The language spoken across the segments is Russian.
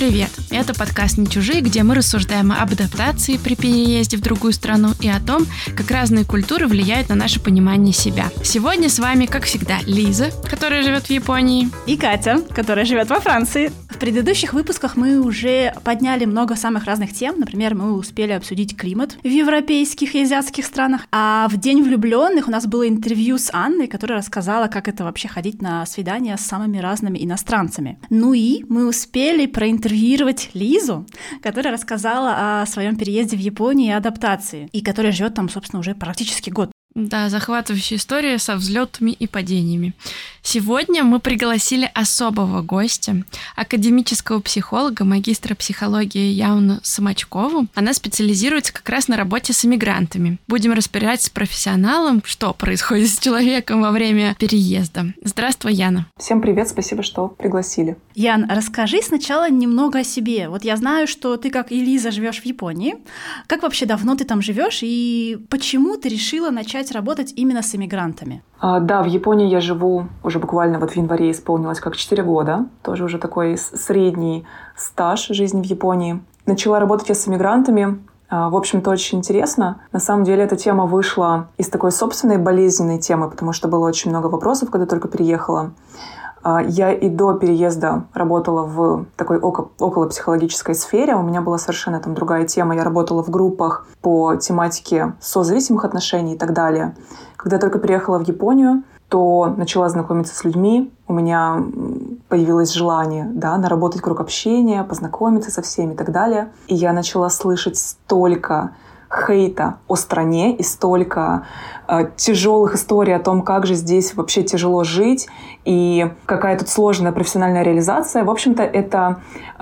привет! Это подкаст «Не чужие», где мы рассуждаем об адаптации при переезде в другую страну и о том, как разные культуры влияют на наше понимание себя. Сегодня с вами, как всегда, Лиза, которая живет в Японии, и Катя, которая живет во Франции. В предыдущих выпусках мы уже подняли много самых разных тем. Например, мы успели обсудить климат в европейских и азиатских странах. А в День влюбленных у нас было интервью с Анной, которая рассказала, как это вообще ходить на свидания с самыми разными иностранцами. Ну и мы успели проинтервьюировать Лизу, которая рассказала о своем переезде в Японию и адаптации, и которая живет там, собственно, уже практически год. Да, захватывающая история со взлетами и падениями. Сегодня мы пригласили особого гостя, академического психолога, магистра психологии Яну Самочкову. Она специализируется как раз на работе с иммигрантами. Будем разбирать с профессионалом, что происходит с человеком во время переезда. Здравствуй, Яна. Всем привет, спасибо, что пригласили. Ян, расскажи сначала немного о себе. Вот я знаю, что ты, как и Лиза, живешь в Японии. Как вообще давно ты там живешь и почему ты решила начать работать именно с иммигрантами? Да, в Японии я живу уже буквально в январе исполнилось как 4 года. Тоже уже такой средний стаж жизни в Японии. Начала работать я с иммигрантами. В общем-то, очень интересно. На самом деле, эта тема вышла из такой собственной болезненной темы, потому что было очень много вопросов, когда только переехала. Я и до переезда работала в такой околопсихологической сфере. У меня была совершенно там другая тема. Я работала в группах по тематике созависимых отношений и так далее. Когда только переехала в Японию, то начала знакомиться с людьми. У меня появилось желание, наработать круг общения, познакомиться со всеми и так далее. И я начала слышать столько хейта о стране и столько тяжелых историй о том, как же здесь вообще тяжело жить и какая тут сложная профессиональная реализация. В общем-то, это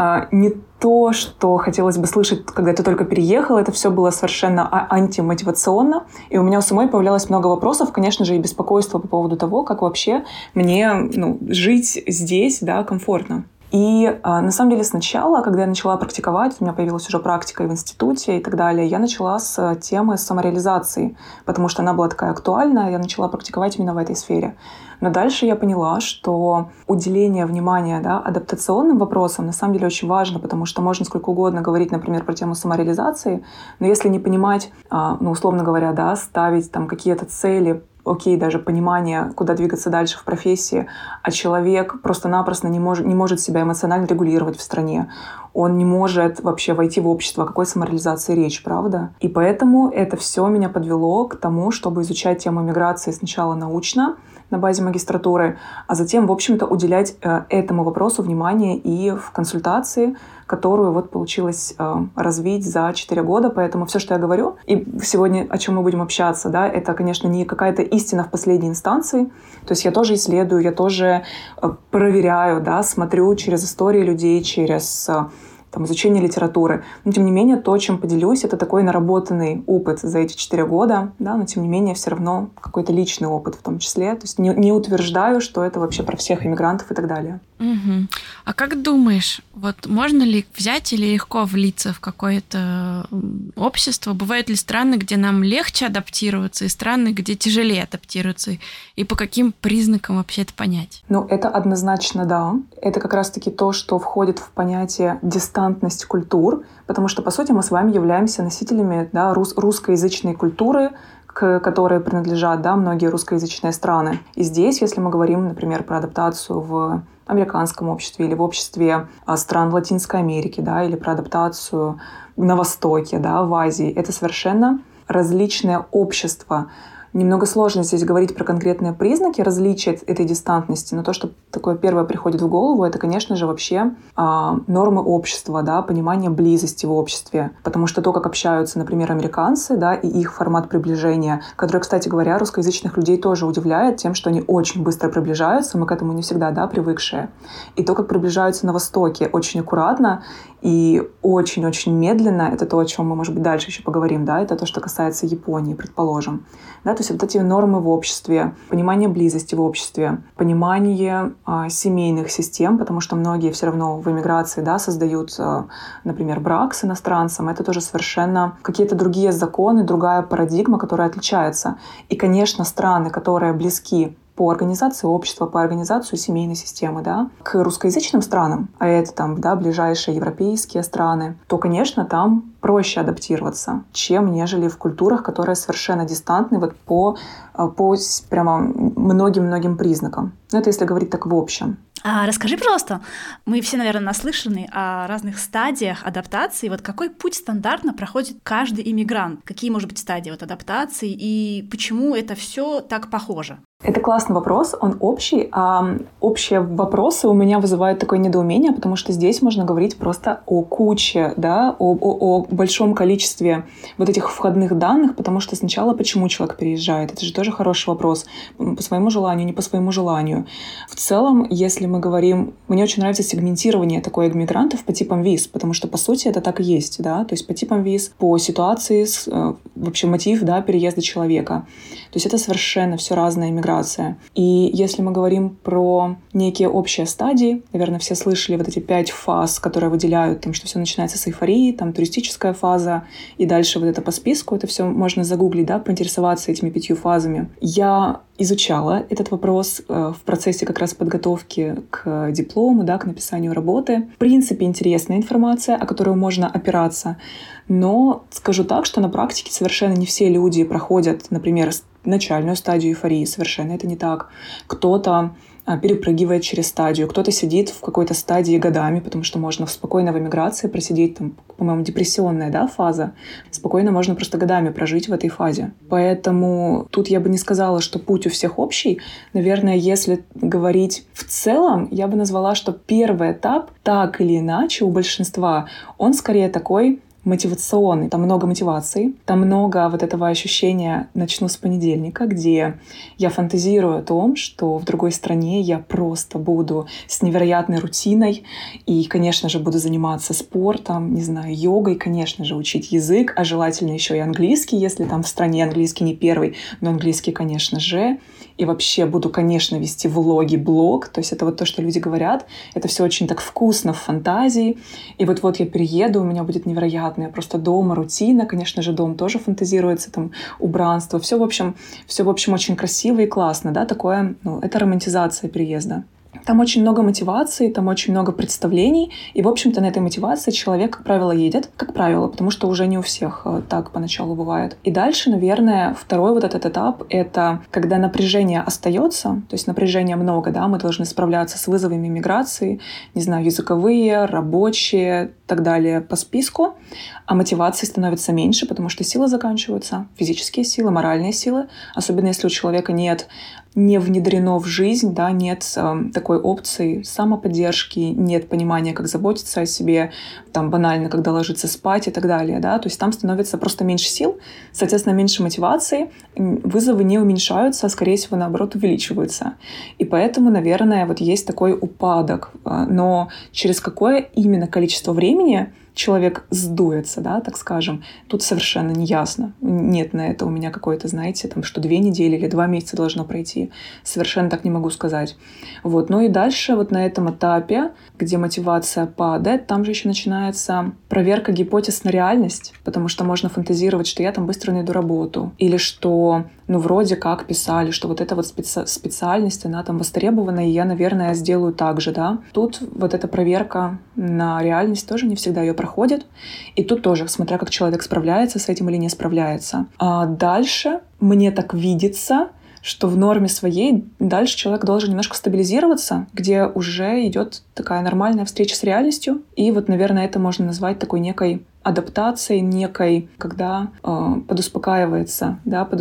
не то, что хотелось бы слышать, когда ты только переехала. Это все было совершенно антимотивационно. И у меня у самой появлялось много вопросов, конечно же, и беспокойства по поводу того, как вообще мне жить здесь, комфортно. И на самом деле сначала, когда я начала практиковать, у меня появилась уже практика и в институте и так далее, я начала с темы самореализации, потому что она была такая актуальная, я начала практиковать именно в этой сфере. Но дальше я поняла, что уделение внимания адаптационным вопросам на самом деле очень важно, потому что можно сколько угодно говорить, например, про тему самореализации, но если не понимать, условно говоря, ставить там какие-то цели, даже понимание, куда двигаться дальше в профессии, а человек просто-напросто не может себя эмоционально регулировать в стране. Он не может вообще войти в общество. О какой самореализации речь, правда? И поэтому это все меня подвело к тому, чтобы изучать тему миграции сначала научно, на базе магистратуры, а затем, в общем-то, уделять этому вопросу внимание и в консультации, которую получилось развить за 4 года. Поэтому все, что я говорю, и сегодня о чем мы будем общаться, это, конечно, не какая-то истина в последней инстанции. То есть я тоже исследую, я тоже проверяю, смотрю через истории людей, через изучение литературы. Но, тем не менее, то, чем поделюсь, это такой наработанный опыт за эти 4 года, но, тем не менее, все равно какой-то личный опыт в том числе. То есть не утверждаю, что это вообще про всех иммигрантов и так далее. Угу. А как думаешь, можно ли взять или легко влиться в какое-то общество? Бывают ли страны, где нам легче адаптироваться, и страны, где тяжелее адаптироваться? И по каким признакам вообще это понять? Это однозначно да. Это как раз-таки то, что входит в понятие дистантность культур, потому что, по сути, мы с вами являемся носителями русскоязычной культуры, к которой принадлежат многие русскоязычные страны. И здесь, если мы говорим, например, про адаптацию в американском обществе или в обществе стран Латинской Америки, или про адаптацию на Востоке, в Азии, это совершенно различное общество. Немного сложно здесь говорить про конкретные признаки различия этой дистантности, но то, что такое первое приходит в голову, это, конечно же, вообще нормы общества, понимание близости в обществе. Потому что то, как общаются, например, американцы, и их формат приближения, который, кстати говоря, русскоязычных людей тоже удивляет тем, что они очень быстро приближаются, мы к этому не всегда, привыкшие. И то, как приближаются на Востоке, очень аккуратно и очень-очень медленно, это то, о чем мы, может быть, дальше еще поговорим, это то, что касается Японии, предположим. То есть вот эти нормы в обществе, понимание близости в обществе, понимание семейных систем, потому что многие все равно в эмиграции создают, например, брак с иностранцем. Это тоже совершенно какие-то другие законы, другая парадигма, которая отличается. И, конечно, страны, которые близки по организации общества, по организации семейной системы, да, к русскоязычным странам, а это там, да, ближайшие европейские страны, то, конечно, там проще адаптироваться, чем нежели в культурах, которые совершенно дистантны вот по прямо многим-многим признакам. Ну, это если говорить так в общем. Расскажи, пожалуйста, мы все, наверное, наслышаны о разных стадиях адаптации. Вот какой путь стандартно проходит каждый иммигрант? Какие, может быть, стадии вот адаптации и почему это все так похоже? Это классный вопрос, он общий, а общие вопросы у меня вызывают такое недоумение, потому что здесь можно говорить просто о куче, да, о большом количестве вот этих входных данных, потому что сначала почему человек переезжает, это же тоже хороший вопрос, по своему желанию, не по своему желанию. В целом, если мы говорим, мне очень нравится сегментирование такое иммигрантов по типам виз, потому что по сути это так и есть, да, то есть по типам виз, по ситуации, вообще мотив, да, переезда человека. То есть это совершенно все разная иммиграция. И если мы говорим про некие общие стадии, наверное, все слышали вот эти 5 фаз, которые выделяют, там, что все начинается с эйфории, там туристическая фаза, и дальше вот это по списку, это все можно загуглить, да, поинтересоваться этими 5 фазами. Я изучала этот вопрос в процессе как раз подготовки к диплому, да, к написанию работы. В принципе, интересная информация, о которую можно опираться, но скажу так, что на практике совершенно не все люди проходят, например, начальную стадию эйфории, совершенно это не так. Кто-то перепрыгивает через стадию, кто-то сидит в какой-то стадии годами, потому что можно спокойно в эмиграции просидеть, там, по-моему, депрессионная, да, фаза, спокойно можно просто годами прожить в этой фазе. Поэтому тут я бы не сказала, что путь у всех общий. Наверное, если говорить в целом, я бы назвала, что первый этап, так или иначе, у большинства, он скорее такой мотивационный. Там много мотиваций, там много вот этого ощущения «начну с понедельника», где я фантазирую о том, что в другой стране я просто буду с невероятной рутиной и, конечно же, буду заниматься спортом, не знаю, йогой, конечно же, учить язык, а желательно еще и английский, если там в стране английский не первый, но английский, конечно же. И вообще буду, конечно, вести влоги, блог. То есть это вот то, что люди говорят. Это все очень так вкусно в фантазии. И вот-вот я перееду, у меня будет невероятная просто дома рутина. Конечно же, дом тоже фантазируется, там убранство. Все в общем очень красиво и классно, да, такое, ну, это романтизация переезда. Там очень много мотивации, там очень много представлений, и, в общем-то, на этой мотивации человек, как правило, едет, как правило, потому что уже не у всех так поначалу бывает. И дальше, наверное, второй вот этот этап — это когда напряжение остается, то есть напряжения много, да, мы должны справляться с вызовами миграции, не знаю, языковые, рабочие, и так далее по списку, а мотивации становится меньше, потому что силы заканчиваются, физические силы, моральные силы, особенно если у человека не внедрено в жизнь, да, нет такой опции самоподдержки, нет понимания, как заботиться о себе, там банально, когда ложиться спать и так далее, да, то есть там становится просто меньше сил, соответственно, меньше мотивации, вызовы не уменьшаются, а, скорее всего, наоборот, увеличиваются. И поэтому, наверное, вот есть такой упадок, но через какое именно количество времени человек сдуется, да, так скажем, тут совершенно не ясно. Нет на это у меня какой-то, знаете, там, что 2 недели или 2 месяца должно пройти. Совершенно так не могу сказать. Вот. Ну и дальше вот на этом этапе, где мотивация падает, там же еще начинается проверка гипотез на реальность, потому что можно фантазировать, что я там быстро найду работу, или что, ну, вроде как писали, что вот эта вот специальность, она там востребована, и я, наверное, сделаю так же, да. Тут вот эта проверка на реальность тоже не всегда ее проходит. И тут тоже, смотря как человек справляется с этим или не справляется. А дальше мне так видится, что в норме своей дальше человек должен немножко стабилизироваться, где уже идет такая нормальная встреча с реальностью. И вот, наверное, это можно назвать такой некой адаптацией, некой, когда подуспокаивается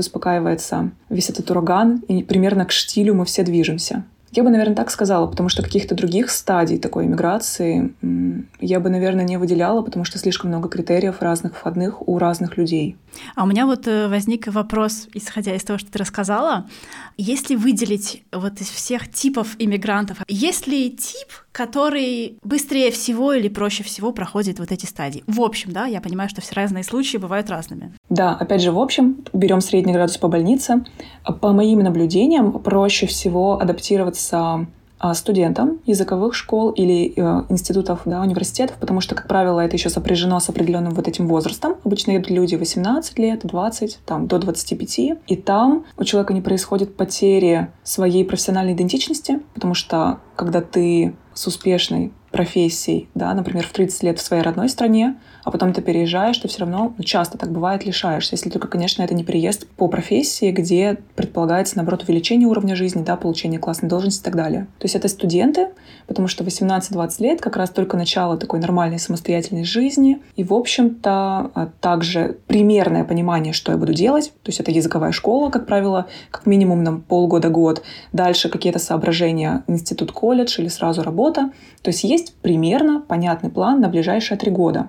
весь этот ураган, и примерно к штилю мы все движемся. Я бы, наверное, так сказала, потому что каких-то других стадий такой миграции я бы, наверное, не выделяла, потому что слишком много критериев разных входных у разных людей. А у меня вот возник вопрос, исходя из того, что ты рассказала. Если выделить вот из всех типов иммигрантов, есть ли тип, который быстрее всего или проще всего проходит вот эти стадии? В общем, да, я понимаю, что все разные случаи бывают разными. Да, опять же, в общем, берем средний градус по больнице. По моим наблюдениям, проще всего адаптироваться студентам языковых школ или институтов, да, университетов, потому что, как правило, это еще сопряжено с определенным вот этим возрастом. Обычно едут люди 18 лет, 20, там, до 25. И там у человека не происходит потери своей профессиональной идентичности, потому что когда ты с успешной профессией, да, например, в 30 лет в своей родной стране, а потом ты переезжаешь, ты все равно, часто так бывает, лишаешься. Если только, конечно, это не переезд по профессии, где предполагается, наоборот, увеличение уровня жизни, да, получение классной должности и так далее. То есть это студенты, потому что 18-20 лет как раз только начало такой нормальной самостоятельной жизни. И, в общем-то, также примерное понимание, что я буду делать. То есть это языковая школа, как правило, как минимум на полгода-год. Дальше какие-то соображения, институт, колледж или сразу работа. То есть примерно понятный план на ближайшие 3 года.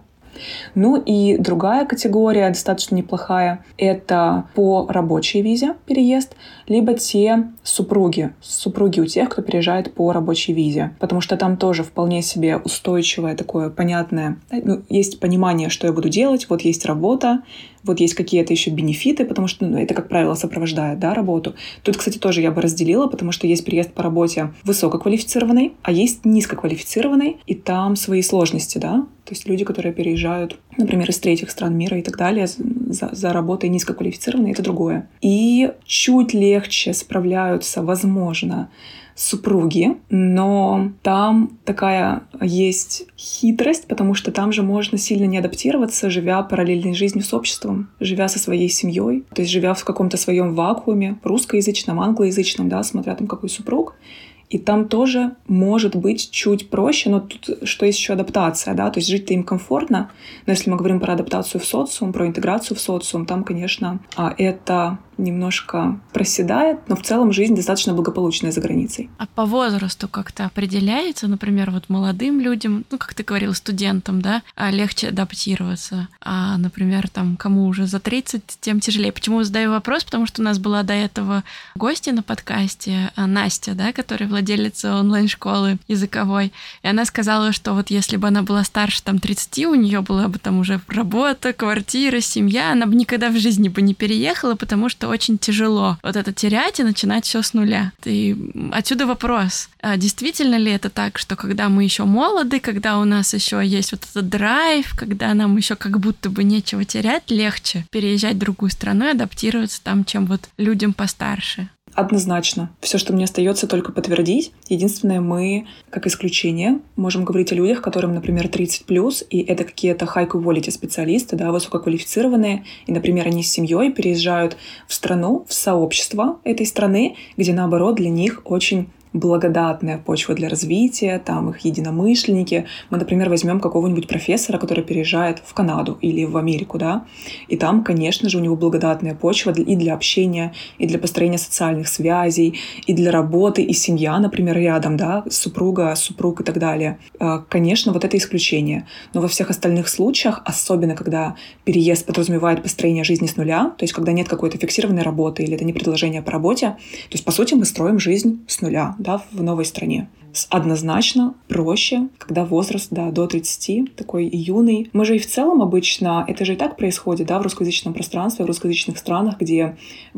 Ну и другая категория, достаточно неплохая, это по рабочей визе переезд, либо те супруги у тех, кто переезжает по рабочей визе. Потому что там тоже вполне себе устойчивое, такое понятное, есть понимание, что я буду делать, вот есть работа, вот есть какие-то еще бенефиты, потому что это, как правило, сопровождает, да, работу. Тут, кстати, тоже я бы разделила, потому что есть переезд по работе высококвалифицированный, а есть низкоквалифицированный, и там свои сложности, да. То есть люди, которые переезжают, например, из третьих стран мира и так далее, за работой низкоквалифицированные, это другое. И чуть легче справляются, возможно, супруги, но там такая есть хитрость, потому что там же можно сильно не адаптироваться, живя параллельной жизнью с обществом, живя со своей семьей, то есть живя в каком-то своем вакууме, русскоязычном, англоязычном, да, смотря там какой супруг. И там тоже может быть чуть проще, но тут что есть еще адаптация, да, то есть жить-то им комфортно, но если мы говорим про адаптацию в социум, про интеграцию в социум, там, конечно, это немножко проседает, но в целом жизнь достаточно благополучная за границей. А по возрасту как-то определяется, например, вот молодым людям, как ты говорил, студентам, да, легче адаптироваться, а, например, там, кому уже за 30, тем тяжелее. Почему задаю вопрос? Потому что у нас была до этого гостья на подкасте, Настя, да, которая владелица онлайн-школы языковой, и она сказала, что вот если бы она была старше там 30, у нее была бы там уже работа, квартира, семья, она бы никогда в жизни бы не переехала, потому что очень тяжело вот это терять и начинать все с нуля. И отсюда вопрос. А действительно ли это так, что когда мы еще молоды, когда у нас еще есть вот этот драйв, когда нам еще как будто бы нечего терять, легче переезжать в другую страну и адаптироваться там, чем вот людям постарше? Однозначно. Все, что мне остается, только подтвердить. Единственное, мы, как исключение, можем говорить о людях, которым, например, 30+, и это какие-то high-quality специалисты, да, высококвалифицированные, и, например, они с семьей переезжают в страну, в сообщество этой страны, где, наоборот, для них очень благодатная почва для развития, там их единомышленники. Мы, например, возьмем какого-нибудь профессора, который переезжает в Канаду или в Америку, да, и там, конечно же, у него благодатная почва и для общения, и для построения социальных связей, и для работы, и семья, например, рядом, да, супруг и так далее. Конечно, вот это исключение. Но во всех остальных случаях, особенно когда переезд подразумевает построение жизни с нуля, то есть когда нет какой-то фиксированной работы или это не предложение по работе, то есть, по сути, мы строим жизнь с нуля, да, в новой стране. Однозначно проще, когда возраст, да, до 30, такой юный. Мы же и в целом обычно, это же и так происходит, да, в русскоязычном пространстве, в русскоязычных странах, где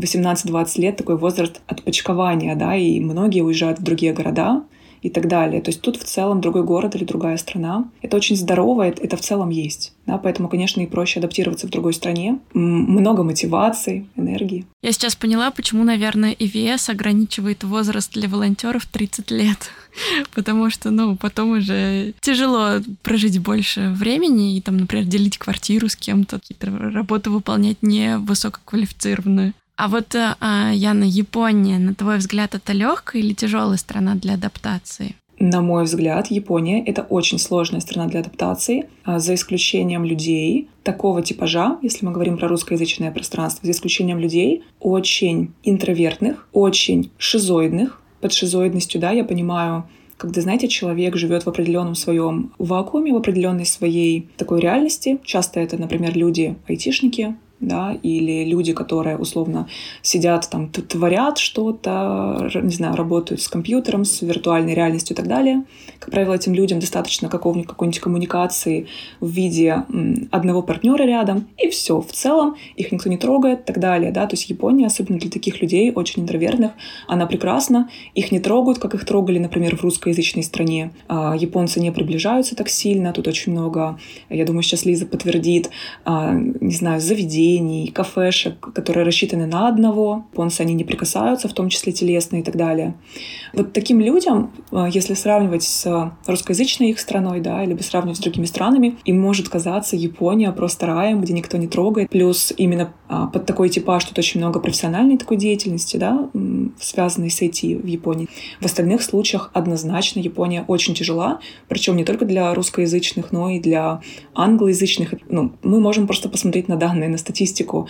18-20 лет такой возраст отпочкования, да, и многие уезжают в другие города и так далее. То есть тут в целом другой город или другая страна. Это очень здорово, это в целом есть. Да, поэтому, конечно, и проще адаптироваться в другой стране. Много мотивации, энергии. Я сейчас поняла, почему, наверное, ИВС ограничивает возраст для волонтеров 30 лет. Потому что, потом уже тяжело прожить больше времени и, там, например, делить квартиру с кем-то, какие-то работы выполнять не высококвалифицированную. А вот, Яна, Япония, на твой взгляд, это легкая или тяжелая страна для адаптации? На мой взгляд, Япония — это очень сложная страна для адаптации, за исключением людей такого типажа, если мы говорим про русскоязычное пространство, за исключением людей очень интровертных, очень шизоидных. Под шизоидностью, да, я понимаю, когда, знаете, человек живет в определенном своем вакууме, в определенной своей такой реальности. Часто это, например, люди айтишники, да, или люди, которые условно сидят там, творят что-то, не знаю, работают с компьютером, с виртуальной реальностью и так далее. Как правило, этим людям достаточно какой-нибудь коммуникации в виде одного партнера рядом, и все. В целом их никто не трогает и так далее. Да? То есть Япония, особенно для таких людей, очень интровертных, она прекрасна. Их не трогают, как их трогали, например, в русскоязычной стране. Японцы не приближаются так сильно. Тут очень много, я думаю, сейчас Лиза подтвердит, не знаю, заведений, кафешек, которые рассчитаны на одного. Японцы, они не прикасаются, в том числе телесно и так далее. Вот таким людям, если сравнивать с русскоязычной их страной, да, либо сравнивать с другими странами, им может казаться Япония просто раем, где никто не трогает. Плюс именно под такой типаж тут очень много профессиональной такой деятельности, да, связанной с IT в Японии. В остальных случаях однозначно Япония очень тяжела, причем не только для русскоязычных, но и для англоязычных. Мы можем просто посмотреть на данные, на статистику.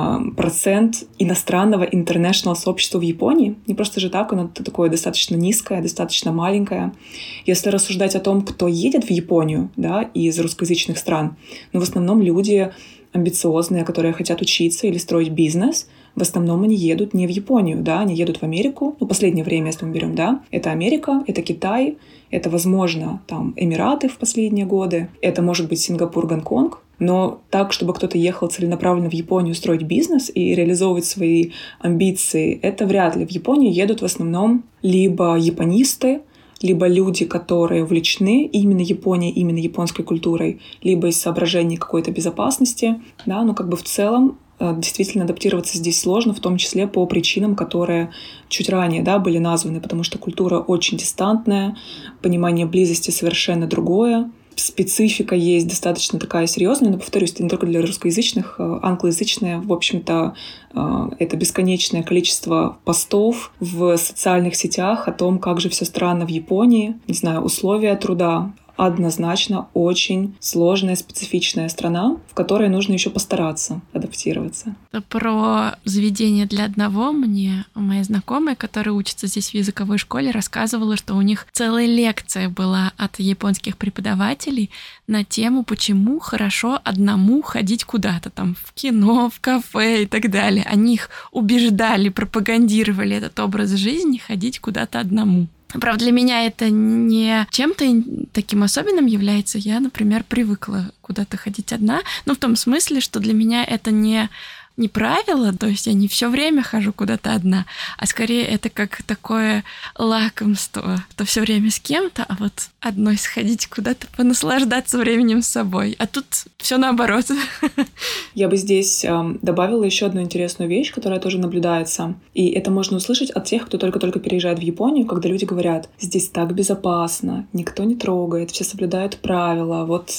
Процент иностранного international сообщества в Японии, не просто же так, оно такое достаточно низкое, достаточно маленькое. Если рассуждать о том, кто едет в Японию, да, из русскоязычных стран, в основном люди амбициозные, которые хотят учиться или строить бизнес, в основном они едут не в Японию, да, они едут в Америку. Последнее время, если мы берем, да, это Америка, это Китай, это, возможно, там Эмираты в последние годы, это может быть Сингапур, Гонконг. Но так, чтобы кто-то ехал целенаправленно в Японию строить бизнес и реализовывать свои амбиции, это вряд ли. В Японию едут в основном либо японисты, либо люди, которые увлечены именно Японией, именно японской культурой, либо из соображений какой-то безопасности. Да, но в целом действительно адаптироваться здесь сложно, в том числе по причинам, которые чуть ранее, да, были названы, потому что культура очень дистантная, понимание близости совершенно другое. Специфика есть достаточно такая серьезная, но, повторюсь, это не только для русскоязычных, англоязычная, в общем-то, это бесконечное количество постов в социальных сетях о том, как же все странно в Японии, не знаю, условия труда. Однозначно очень сложная, специфичная страна, в которой нужно еще постараться адаптироваться. Про заведение для одного мне моя знакомая, которая учится здесь в языковой школе, рассказывала, что у них целая лекция была от японских преподавателей на тему, почему хорошо одному ходить куда-то там в кино, в кафе и так далее. Они их убеждали, пропагандировали этот образ жизни, ходить куда-то одному. Правда, для меня это не чем-то таким особенным является. Я, например, привыкла куда-то ходить одна. В том смысле, что для меня это не правило, то есть я не все время хожу куда-то одна, а скорее это как такое лакомство, что все время с кем-то, а вот одной сходить куда-то, понаслаждаться временем с собой. А тут все наоборот. Я бы здесь добавила еще одну интересную вещь, которая тоже наблюдается. И это можно услышать от тех, кто только-только переезжает в Японию, когда люди говорят: здесь так безопасно, никто не трогает, все соблюдают правила. Вот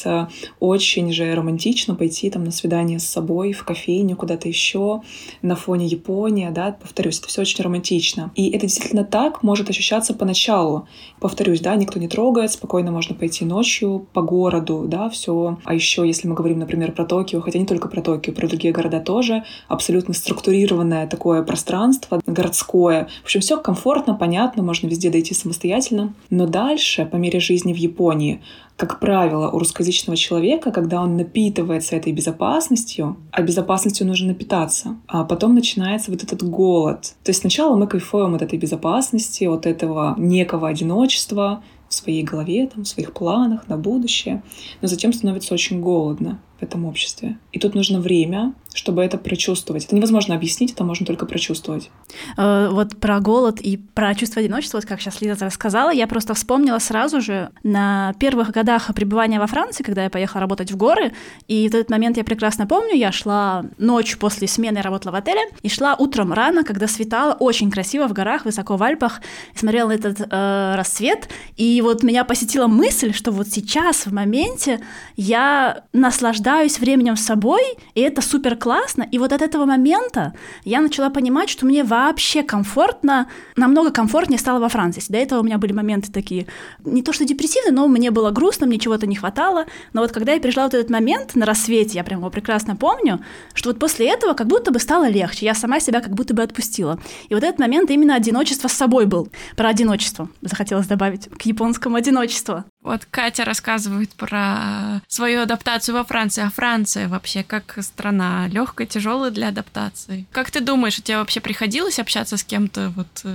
очень же романтично пойти там на свидание с собой в кофейню, куда-то еще на фоне Японии, да, повторюсь, это все очень романтично. И это действительно так может ощущаться поначалу. Повторюсь, да, никто не трогает, спокойно можно пойти ночью по городу, да, все. А еще, если мы говорим, например, про Токио, хотя не только про Токио, про другие города тоже, абсолютно структурированное такое пространство городское. В общем, все комфортно, понятно, можно везде дойти самостоятельно. Но дальше, по мере жизни в Японии, как правило, у русскоязычного человека, когда он напитывается этой безопасностью, а безопасностью нужно напитаться, а потом начинается вот этот голод. То есть сначала мы кайфуем от этой безопасности, от этого некого одиночества в своей голове, там, в своих планах на будущее, но затем становится очень голодно в этом обществе. И тут нужно время, чтобы это прочувствовать. Это невозможно объяснить, это можно только прочувствовать. Вот про голод и про чувство одиночества, вот как сейчас Лиза рассказала, я просто вспомнила сразу же на первых годах пребывания во Франции, когда я поехала работать в горы, и в этот момент я прекрасно помню, я шла ночью после смены, работала в отеле, и шла утром рано, когда светало, очень красиво в горах, высоко в Альпах, смотрела на этот рассвет, и вот меня посетила мысль, что вот сейчас, в моменте, я наслаждаюсь временем с собой, и это супер классно, и вот от этого момента я начала понимать, что мне вообще комфортно, намного комфортнее стало во Франции. До этого у меня были моменты такие, не то что депрессивные, но мне было грустно, мне чего-то не хватало, но вот когда я пережила вот этот момент на рассвете, я прям его прекрасно помню, что вот после этого как будто бы стало легче, я сама себя как будто бы отпустила. И вот этот момент именно одиночество с собой был. Про одиночество захотелось добавить к японскому одиночеству. Вот Катя рассказывает про свою адаптацию во Франции. А Франция вообще как страна? Легкая, тяжелая для адаптации? Как ты думаешь, у тебя вообще приходилось общаться с кем-то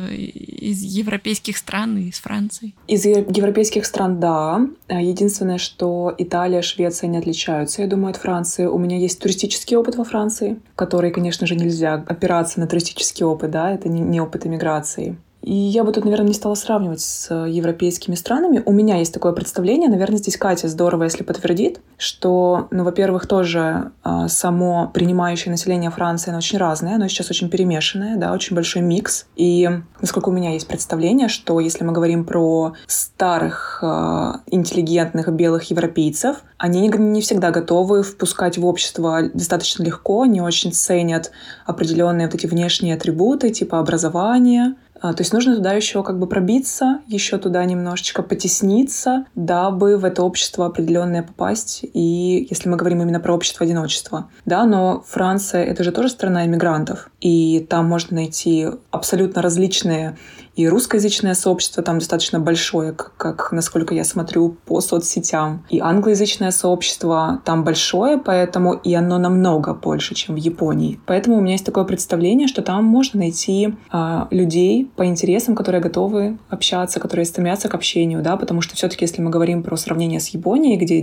из европейских стран и из Франции? Из европейских стран, да. Единственное, что Италия, Швеция не отличаются, я думаю, от Франции. У меня есть туристический опыт во Франции, который, конечно же, нельзя опираться на туристический опыт, да, это не опыт эмиграции. И я бы тут, наверное, не стала сравнивать с европейскими странами. У меня есть такое представление, наверное, здесь Катя здорово, если подтвердит, что, во-первых, тоже само принимающее население Франции, оно очень разное, оно сейчас очень перемешанное, да, очень большой микс. И насколько у меня есть представление, что если мы говорим про старых, интеллигентных белых европейцев, они не всегда готовы впускать в общество достаточно легко, не очень ценят определенные вот эти внешние атрибуты, типа образования. То есть нужно туда еще как бы пробиться, еще туда немножечко потесниться, дабы в это общество определенное попасть. И если мы говорим именно про общество одиночества. Да, но Франция — это же тоже страна иммигрантов. И там можно найти абсолютно различные и русскоязычное сообщество там достаточно большое, как насколько я смотрю по соцсетям. И англоязычное сообщество там большое, поэтому и оно намного больше, чем в Японии. Поэтому у меня есть такое представление, что там можно найти людей по интересам, которые готовы общаться, которые стремятся к общению, да, потому что все-таки, если мы говорим про сравнение с Японией, где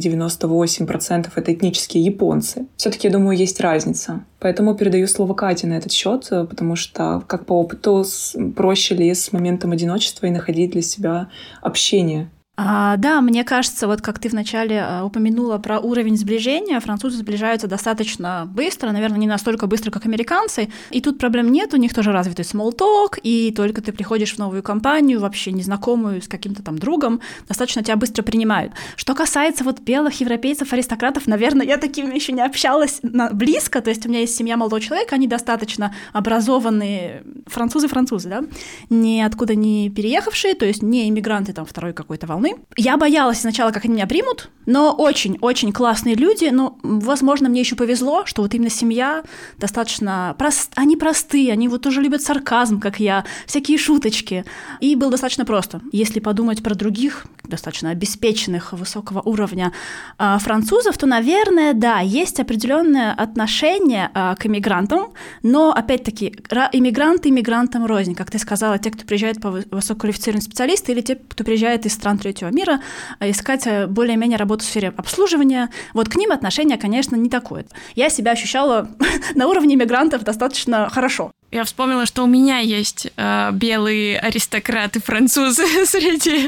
98% это этнические японцы, все-таки, я думаю, есть разница. Поэтому передаю слово Кате на этот счет, потому что, как по опыту, проще ли с моментом одиночества и находить для себя общение. Да, мне кажется, вот как ты вначале упомянула про уровень сближения, французы сближаются достаточно быстро, наверное, не настолько быстро, как американцы, и тут проблем нет, у них тоже развитый small talk, и только ты приходишь в новую компанию, вообще незнакомую, с каким-то там другом, достаточно тебя быстро принимают. Что касается вот белых европейцев, аристократов, наверное, я такими еще не общалась близко, то есть у меня есть семья молодого человека, они достаточно образованные французы, да, ниоткуда не переехавшие, то есть не иммигранты там второй какой-то волны. Я боялась сначала, как они меня примут, но очень-очень классные люди, но, возможно, мне еще повезло, что вот именно семья достаточно... Они простые, они вот тоже любят сарказм, как я, всякие шуточки. И было достаточно просто. Если подумать про других, достаточно обеспеченных, высокого уровня французов, то, наверное, да, есть определенное отношение к иммигрантам, но, опять-таки, иммигранты иммигрантам рознь. Как ты сказала, те, кто приезжает по высококвалифицированные специалисты, или те, кто приезжает из стран третьего мира, искать более-менее работу в сфере обслуживания. Вот к ним отношение, конечно, не такое. Я себя ощущала на уровне иммигрантов достаточно хорошо. Я вспомнила, что у меня есть белые аристократы-французы среди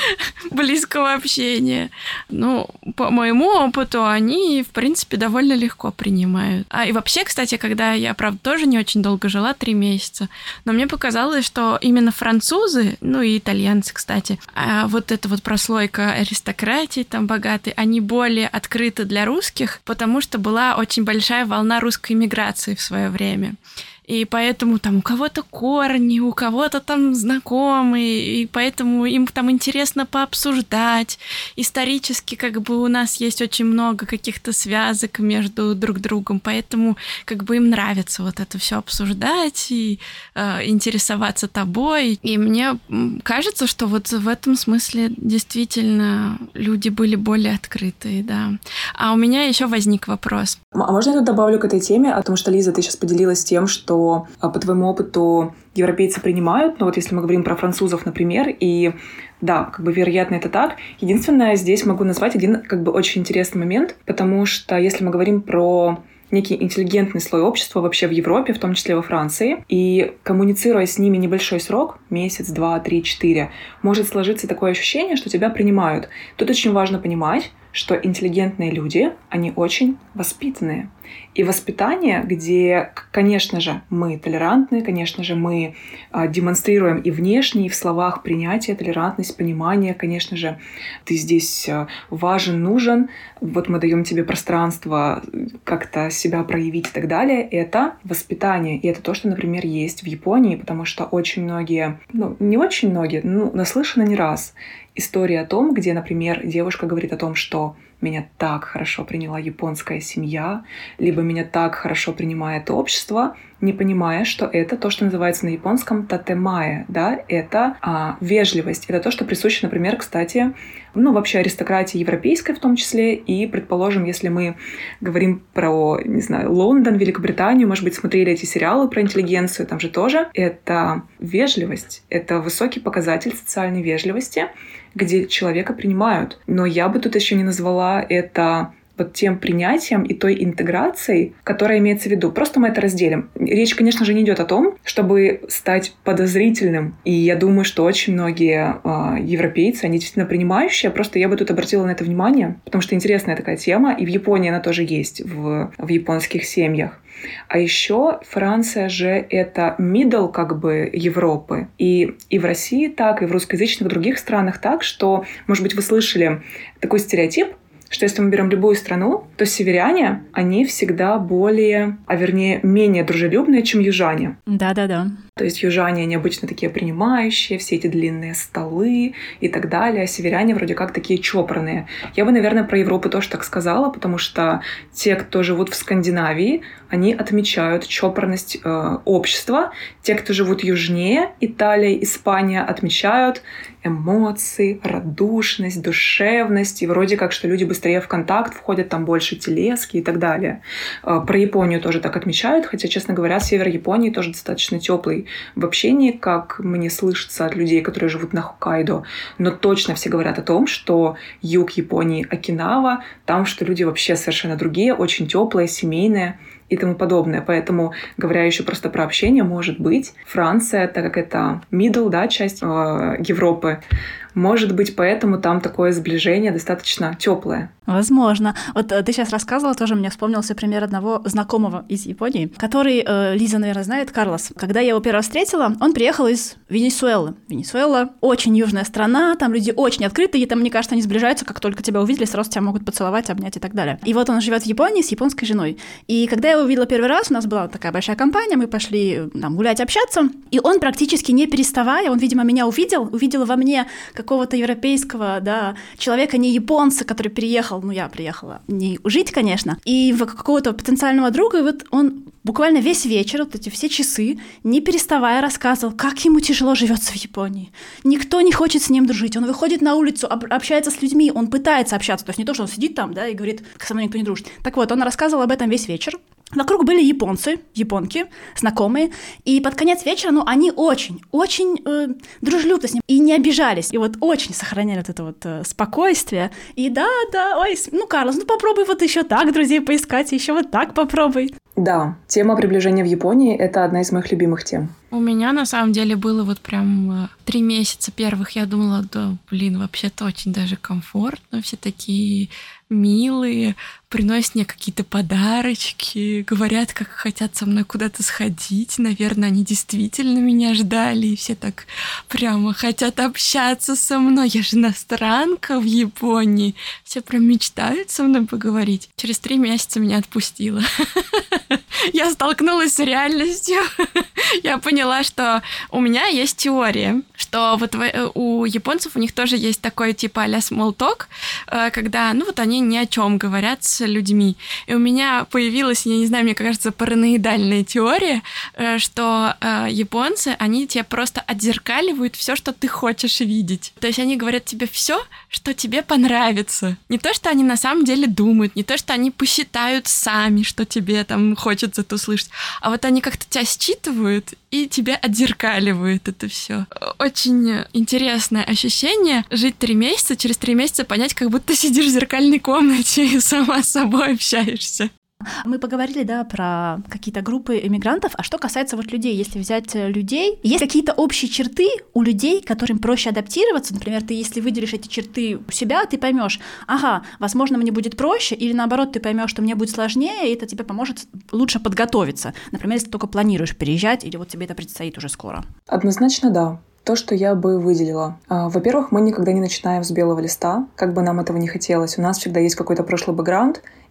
близкого общения. Ну, по моему опыту, они, в принципе, довольно легко принимают. И вообще, кстати, когда я, правда, тоже не очень долго жила, 3 месяца, но мне показалось, что именно французы, ну и итальянцы, кстати, вот эта вот прослойка аристократии, там, богатые, они более открыты для русских, потому что была очень большая волна русской миграции в свое время. И поэтому там у кого-то корни, у кого-то там знакомые, и поэтому им там интересно пообсуждать. Исторически как бы у нас есть очень много каких-то связок между друг другом, поэтому как бы им нравится вот это все обсуждать и интересоваться тобой. И мне кажется, что вот в этом смысле действительно люди были более открытые, да. А у меня еще возник вопрос. А можно я тут добавлю к этой теме? Потому что, Лиза, ты сейчас поделилась тем, что по твоему опыту европейцы принимают, ну вот если мы говорим про французов, например, и да, как бы вероятно это так. Единственное, здесь могу назвать один как бы очень интересный момент, потому что если мы говорим про некий интеллигентный слой общества вообще в Европе, в том числе во Франции, и коммуницируя с ними небольшой срок, месяц, 2, 3, 4, может сложиться такое ощущение, что тебя принимают. Тут очень важно понимать, что интеллигентные люди, они очень воспитанные. И воспитание, где, конечно же, мы толерантны, конечно же, мы демонстрируем и внешне, и в словах принятие, толерантность, понимание, конечно же, ты здесь важен, нужен, вот мы даем тебе пространство как-то себя проявить и так далее. Это воспитание. И это то, что, например, есть в Японии, потому что очень многие, не очень многие, наслышаны не раз, история о том, где, например, девушка говорит о том, что меня так хорошо приняла японская семья, либо меня так хорошо принимает общество, не понимая, что это то, что называется на японском татэмае, да, это вежливость. Это то, что присуще, например, кстати, вообще аристократии европейской в том числе, и, предположим, если мы говорим про, не знаю, Лондон, Великобританию, может быть, смотрели эти сериалы про интеллигенцию, там же тоже, это вежливость, это высокий показатель социальной вежливости, где человека принимают. Но я бы тут еще не назвала это вот тем принятием и той интеграцией, которая имеется в виду. Просто мы это разделим. Речь, конечно же, не идет о том, чтобы стать подозрительным. И я думаю, что очень многие европейцы, они действительно принимающие. Просто я бы тут обратила на это внимание, потому что интересная такая тема. И в Японии она тоже есть, в японских семьях. А еще Франция же это middle как бы Европы. И в России так, и в русскоязычных других странах так, что, может быть, вы слышали такой стереотип, что если мы берем любую страну, то северяне, они всегда более, менее дружелюбные, чем южане. Да-да-да. То есть южане, они обычно такие принимающие, все эти длинные столы и так далее, а северяне вроде как такие чопорные. Я бы, наверное, про Европу тоже так сказала, потому что те, кто живут в Скандинавии, они отмечают чопорность общества. Те, кто живут южнее, Италия, Испания, отмечают эмоции, радушность, душевность. И вроде как, что люди быстрее в контакт входят, там больше телески и так далее. Про Японию тоже так отмечают, хотя, честно говоря, север Японии тоже достаточно теплый в общении, как мне слышится от людей, которые живут на Хоккайдо. Но точно все говорят о том, что юг Японии, Окинава, там что люди вообще совершенно другие, очень теплые, семейные и тому подобное. Поэтому, говоря еще просто про общение, может быть, Франция, так как это middle, да, часть Европы, может быть, поэтому там такое сближение достаточно теплое. Возможно. Вот ты сейчас рассказывала, тоже мне вспомнился пример одного знакомого из Японии, который, Лиза, наверное, знает, Карлос. Когда я его первый раз встретила, он приехал из Венесуэлы. Венесуэла — очень южная страна, там люди очень открытые, и там, мне кажется, они сближаются, как только тебя увидели, сразу тебя могут поцеловать, обнять и так далее. И вот он живет в Японии с японской женой. И когда я его увидела первый раз, у нас была такая большая компания, мы пошли там гулять, общаться, и он практически не переставая, он, видимо, меня увидел во мне какого-то европейского, да, человека, не японца, который переехал, я приехала не жить, конечно, и в какого-то потенциального друга, и вот он буквально весь вечер, вот эти все часы, не переставая рассказывал, как ему тяжело живется в Японии. Никто не хочет с ним дружить, он выходит на улицу, общается с людьми, он пытается общаться, то есть не то, что он сидит там, да, и говорит, со мной никто не дружит. Так вот, он рассказывал об этом весь вечер. Вокруг были японцы, японки, знакомые, и под конец вечера, они очень дружелюбно с ним и не обижались, и вот очень сохраняли вот это вот спокойствие. И Карлос, попробуй вот еще так друзей поискать, еще вот так попробуй. Да, тема приближения в Японии — это одна из моих любимых тем. У меня, на самом деле, было вот прям 3 месяца первых, я думала, вообще-то очень даже комфортно, все такие милые, приносят мне какие-то подарочки, говорят, как хотят со мной куда-то сходить. Наверное, они действительно меня ждали, и все так прямо хотят общаться со мной. Я же иностранка в Японии. Все прям мечтают со мной поговорить. Через 3 месяца меня отпустило. Я столкнулась с реальностью. Я поняла, что у меня есть теория, что вот у японцев у них тоже есть такой типа а-ля small talk, когда, они ни о чем говорят с людьми. И у меня появилась, я не знаю, мне кажется, параноидальная теория, что японцы, они тебе просто отзеркаливают все, что ты хочешь видеть. То есть они говорят тебе все, что тебе понравится. Не то, что они на самом деле думают, не то, что они посчитают сами, что тебе там хочется это услышать, а вот они как-то тебя считывают и тебя отзеркаливают это все. Очень интересное ощущение жить 3 месяца, через 3 месяца понять, как будто сидишь в зеркальной комнате и сама с собой общаешься. Мы поговорили, про какие-то группы эмигрантов, а что касается вот людей, если взять людей, есть какие-то общие черты у людей, которым проще адаптироваться, например, ты, если выделишь эти черты у себя, ты поймешь, возможно, мне будет проще, или наоборот, ты поймешь, что мне будет сложнее, и это тебе поможет лучше подготовиться, например, если ты только планируешь переезжать, или вот тебе это предстоит уже скоро. Однозначно, да. То, что я бы выделила. Во-первых, мы никогда не начинаем с белого листа, как бы нам этого не хотелось. У нас всегда есть какой-то прошлый бэкграунд,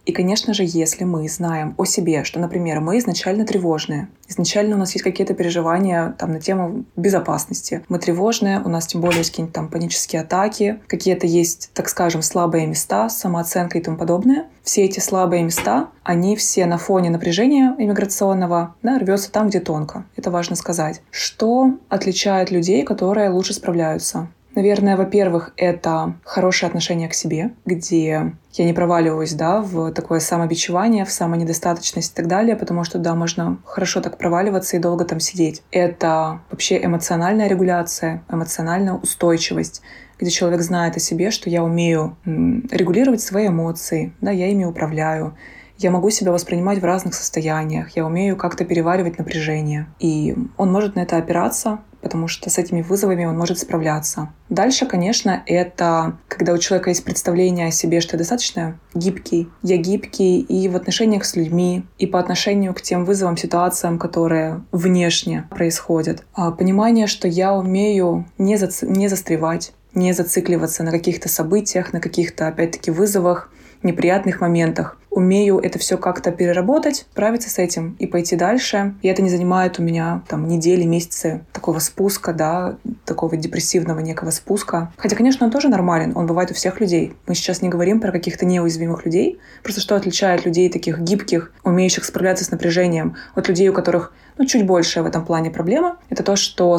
И, конечно же, если мы знаем о себе, что, например, мы изначально тревожные, изначально у нас есть какие-то переживания там, на тему безопасности, мы тревожные, у нас тем более есть какие-нибудь там панические атаки, какие-то есть, так скажем, слабые места, самооценка и тому подобное. Все эти слабые места, они все на фоне напряжения иммиграционного, да, рвется там, где тонко. Это важно сказать. Что отличает людей, которые лучше справляются? Наверное, во-первых, это хорошее отношение к себе, где я не проваливаюсь, да, в такое самобичевание, в самонедостаточность и так далее, потому что, да, можно хорошо так проваливаться и долго там сидеть. Это вообще эмоциональная регуляция, эмоциональная устойчивость, где человек знает о себе, что я умею регулировать свои эмоции, да, я ими управляю. Я могу себя воспринимать в разных состояниях, я умею как-то переваривать напряжение. И он может на это опираться, потому что с этими вызовами он может справляться. Дальше, конечно, это когда у человека есть представление о себе, что я достаточно гибкий. Я гибкий и в отношениях с людьми, и по отношению к тем вызовам, ситуациям, которые внешне происходят. Понимание, что я умею не застревать, не зацикливаться на каких-то событиях, на каких-то, опять-таки, вызовах, неприятных моментах. Умею это все как-то переработать, справиться с этим и пойти дальше. И это не занимает у меня там недели, месяцы такого спуска, да, такого депрессивного некого спуска. Хотя, конечно, он тоже нормален, он бывает у всех людей. Мы сейчас не говорим про каких-то неуязвимых людей. Просто что отличает людей таких гибких, умеющих справляться с напряжением, от людей, у которых чуть большая в этом плане проблема, это то, что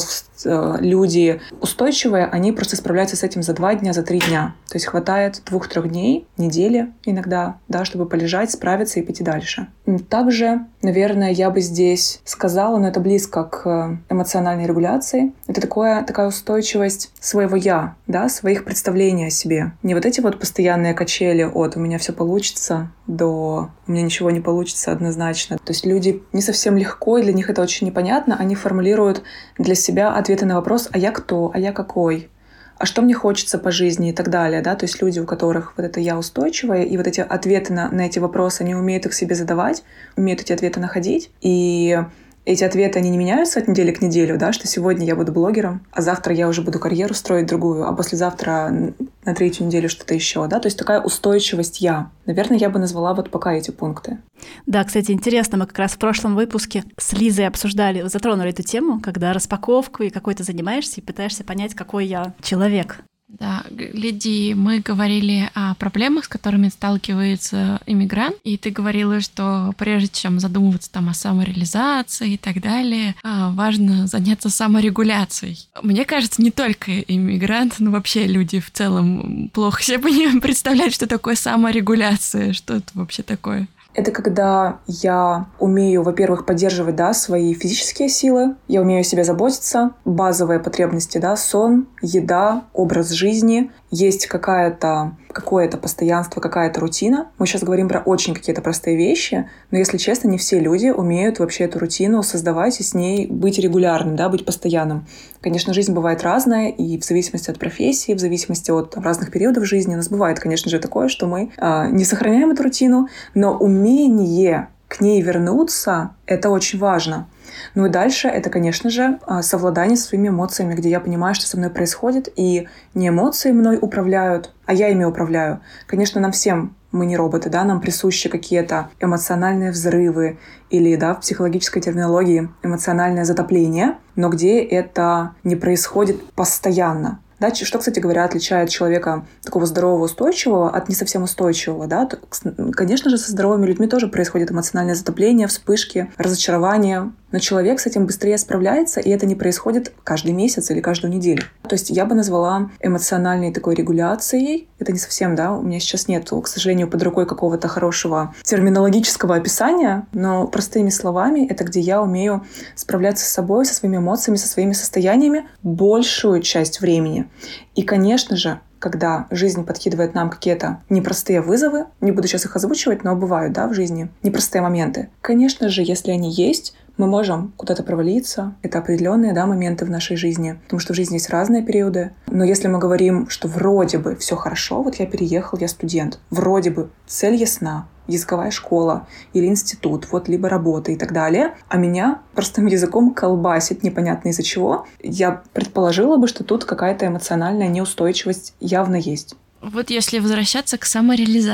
люди устойчивые, они просто справляются с этим за 2 дня, за 3 дня. То есть хватает 2-3 дней, недели иногда, да, чтобы полежать, справиться и пойти дальше. Также, наверное, я бы здесь сказала, но это близко к эмоциональной регуляции, это такая устойчивость своего «я», да, своих представлений о себе. Не вот эти вот постоянные качели от «у меня все получится» до «у меня ничего не получится однозначно». То есть люди не совсем легко, и для них это очень непонятно, они формулируют для себя ответы на вопрос «а я кто?», «а я какой?», «а что мне хочется по жизни?» и так далее. Да? То есть люди, у которых вот это «я» устойчивое, и вот эти ответы на эти вопросы, они умеют их себе задавать, умеют эти ответы находить, и эти ответы, они не меняются от недели к неделе, да, что сегодня я буду блогером, а завтра я уже буду карьеру строить другую, а послезавтра на 3-ю неделю что-то еще, да, то есть такая устойчивость «я». Наверное, я бы назвала вот пока эти пункты. Да, кстати, интересно, мы как раз в прошлом выпуске с Лизой затронули эту тему, когда распаковку и какой-то занимаешься и пытаешься понять, какой я человек. Да, Лидия, мы говорили о проблемах, с которыми сталкивается иммигрант, и ты говорила, что прежде чем задумываться там о самореализации и так далее, важно заняться саморегуляцией. Мне кажется, не только иммигрант, но вообще люди в целом плохо себе представляют, что такое саморегуляция, что это вообще такое. Это когда я умею, во-первых, поддерживать, да, свои физические силы, я умею о себе заботиться, базовые потребности, да, сон, еда, образ жизни, есть какое-то постоянство, какая-то рутина. Мы сейчас говорим про очень какие-то простые вещи, но, если честно, не все люди умеют вообще эту рутину создавать и с ней быть регулярным, да, быть постоянным. Конечно, жизнь бывает разная, и в зависимости от профессии, в зависимости от разных периодов жизни у нас бывает, конечно же, такое, что мы не сохраняем эту рутину, но умение к ней вернуться — это очень важно. Ну и дальше это, конечно же, совладание со своими эмоциями, где я понимаю, что со мной происходит, и не эмоции мной управляют, а я ими управляю. Конечно, нам всем, мы не роботы, да, нам присущи какие-то эмоциональные взрывы или, да, в психологической терминологии эмоциональное затопление, но где это не происходит постоянно. Да, что, кстати говоря, отличает человека такого здорового, устойчивого от не совсем устойчивого. Да? Конечно же, со здоровыми людьми тоже происходит эмоциональное затопление, вспышки, разочарование. Но человек с этим быстрее справляется, и это не происходит каждый месяц или каждую неделю. То есть я бы назвала эмоциональной такой регуляцией. Это не совсем, да, у меня сейчас нет, к сожалению, под рукой какого-то хорошего терминологического описания, но простыми словами это где я умею справляться с собой, со своими эмоциями, со своими состояниями большую часть времени. И, конечно же, когда жизнь подкидывает нам какие-то непростые вызовы, не буду сейчас их озвучивать, но бывают, да, в жизни непростые моменты. Конечно же, если они есть, мы можем куда-то провалиться. Это определенные, да, моменты в нашей жизни, потому что в жизни есть разные периоды. Но если мы говорим, что вроде бы все хорошо, вот я переехал, я студент, вроде бы цель ясна, языковая школа или институт, вот либо работа и так далее, а меня простым языком колбасит непонятно из-за чего, я предположила бы, что тут какая-то эмоциональная неустойчивость явно есть. Вот если возвращаться к самореализации.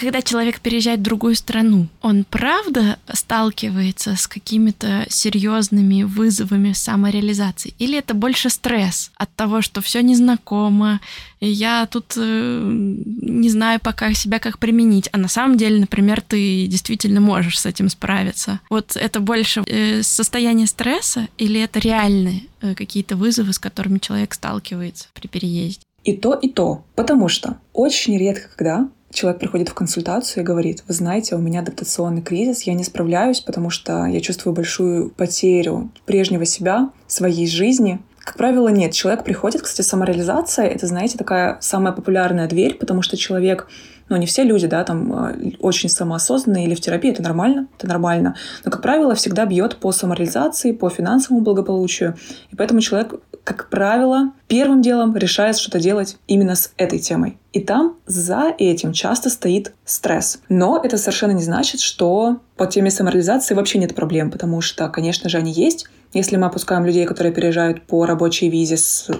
Когда человек переезжает в другую страну, он правда сталкивается с какими-то серьезными вызовами самореализации? Или это больше стресс от того, что все незнакомо, и я тут не знаю пока себя как применить, а на самом деле, например, ты действительно можешь с этим справиться? Вот это больше состояние стресса или это реальные какие-то вызовы, с которыми человек сталкивается при переезде? И то, потому что очень редко, когда человек приходит в консультацию и говорит: вы знаете, у меня адаптационный кризис, я не справляюсь, потому что я чувствую большую потерю прежнего себя, своей жизни. Как правило, нет. Человек приходит, кстати, самореализация — это, знаете, такая самая популярная дверь, потому что человек, не все люди, там очень самоосознанные или в терапии, это нормально. Но, как правило, всегда бьет по самореализации, по финансовому благополучию. И поэтому человек, как правило, первым делом решает что-то делать именно с этой темой. И там за этим часто стоит стресс. Но это совершенно не значит, что по теме самореализации вообще нет проблем, потому что, конечно же, они есть. Если мы опускаем людей, которые переезжают по рабочей визе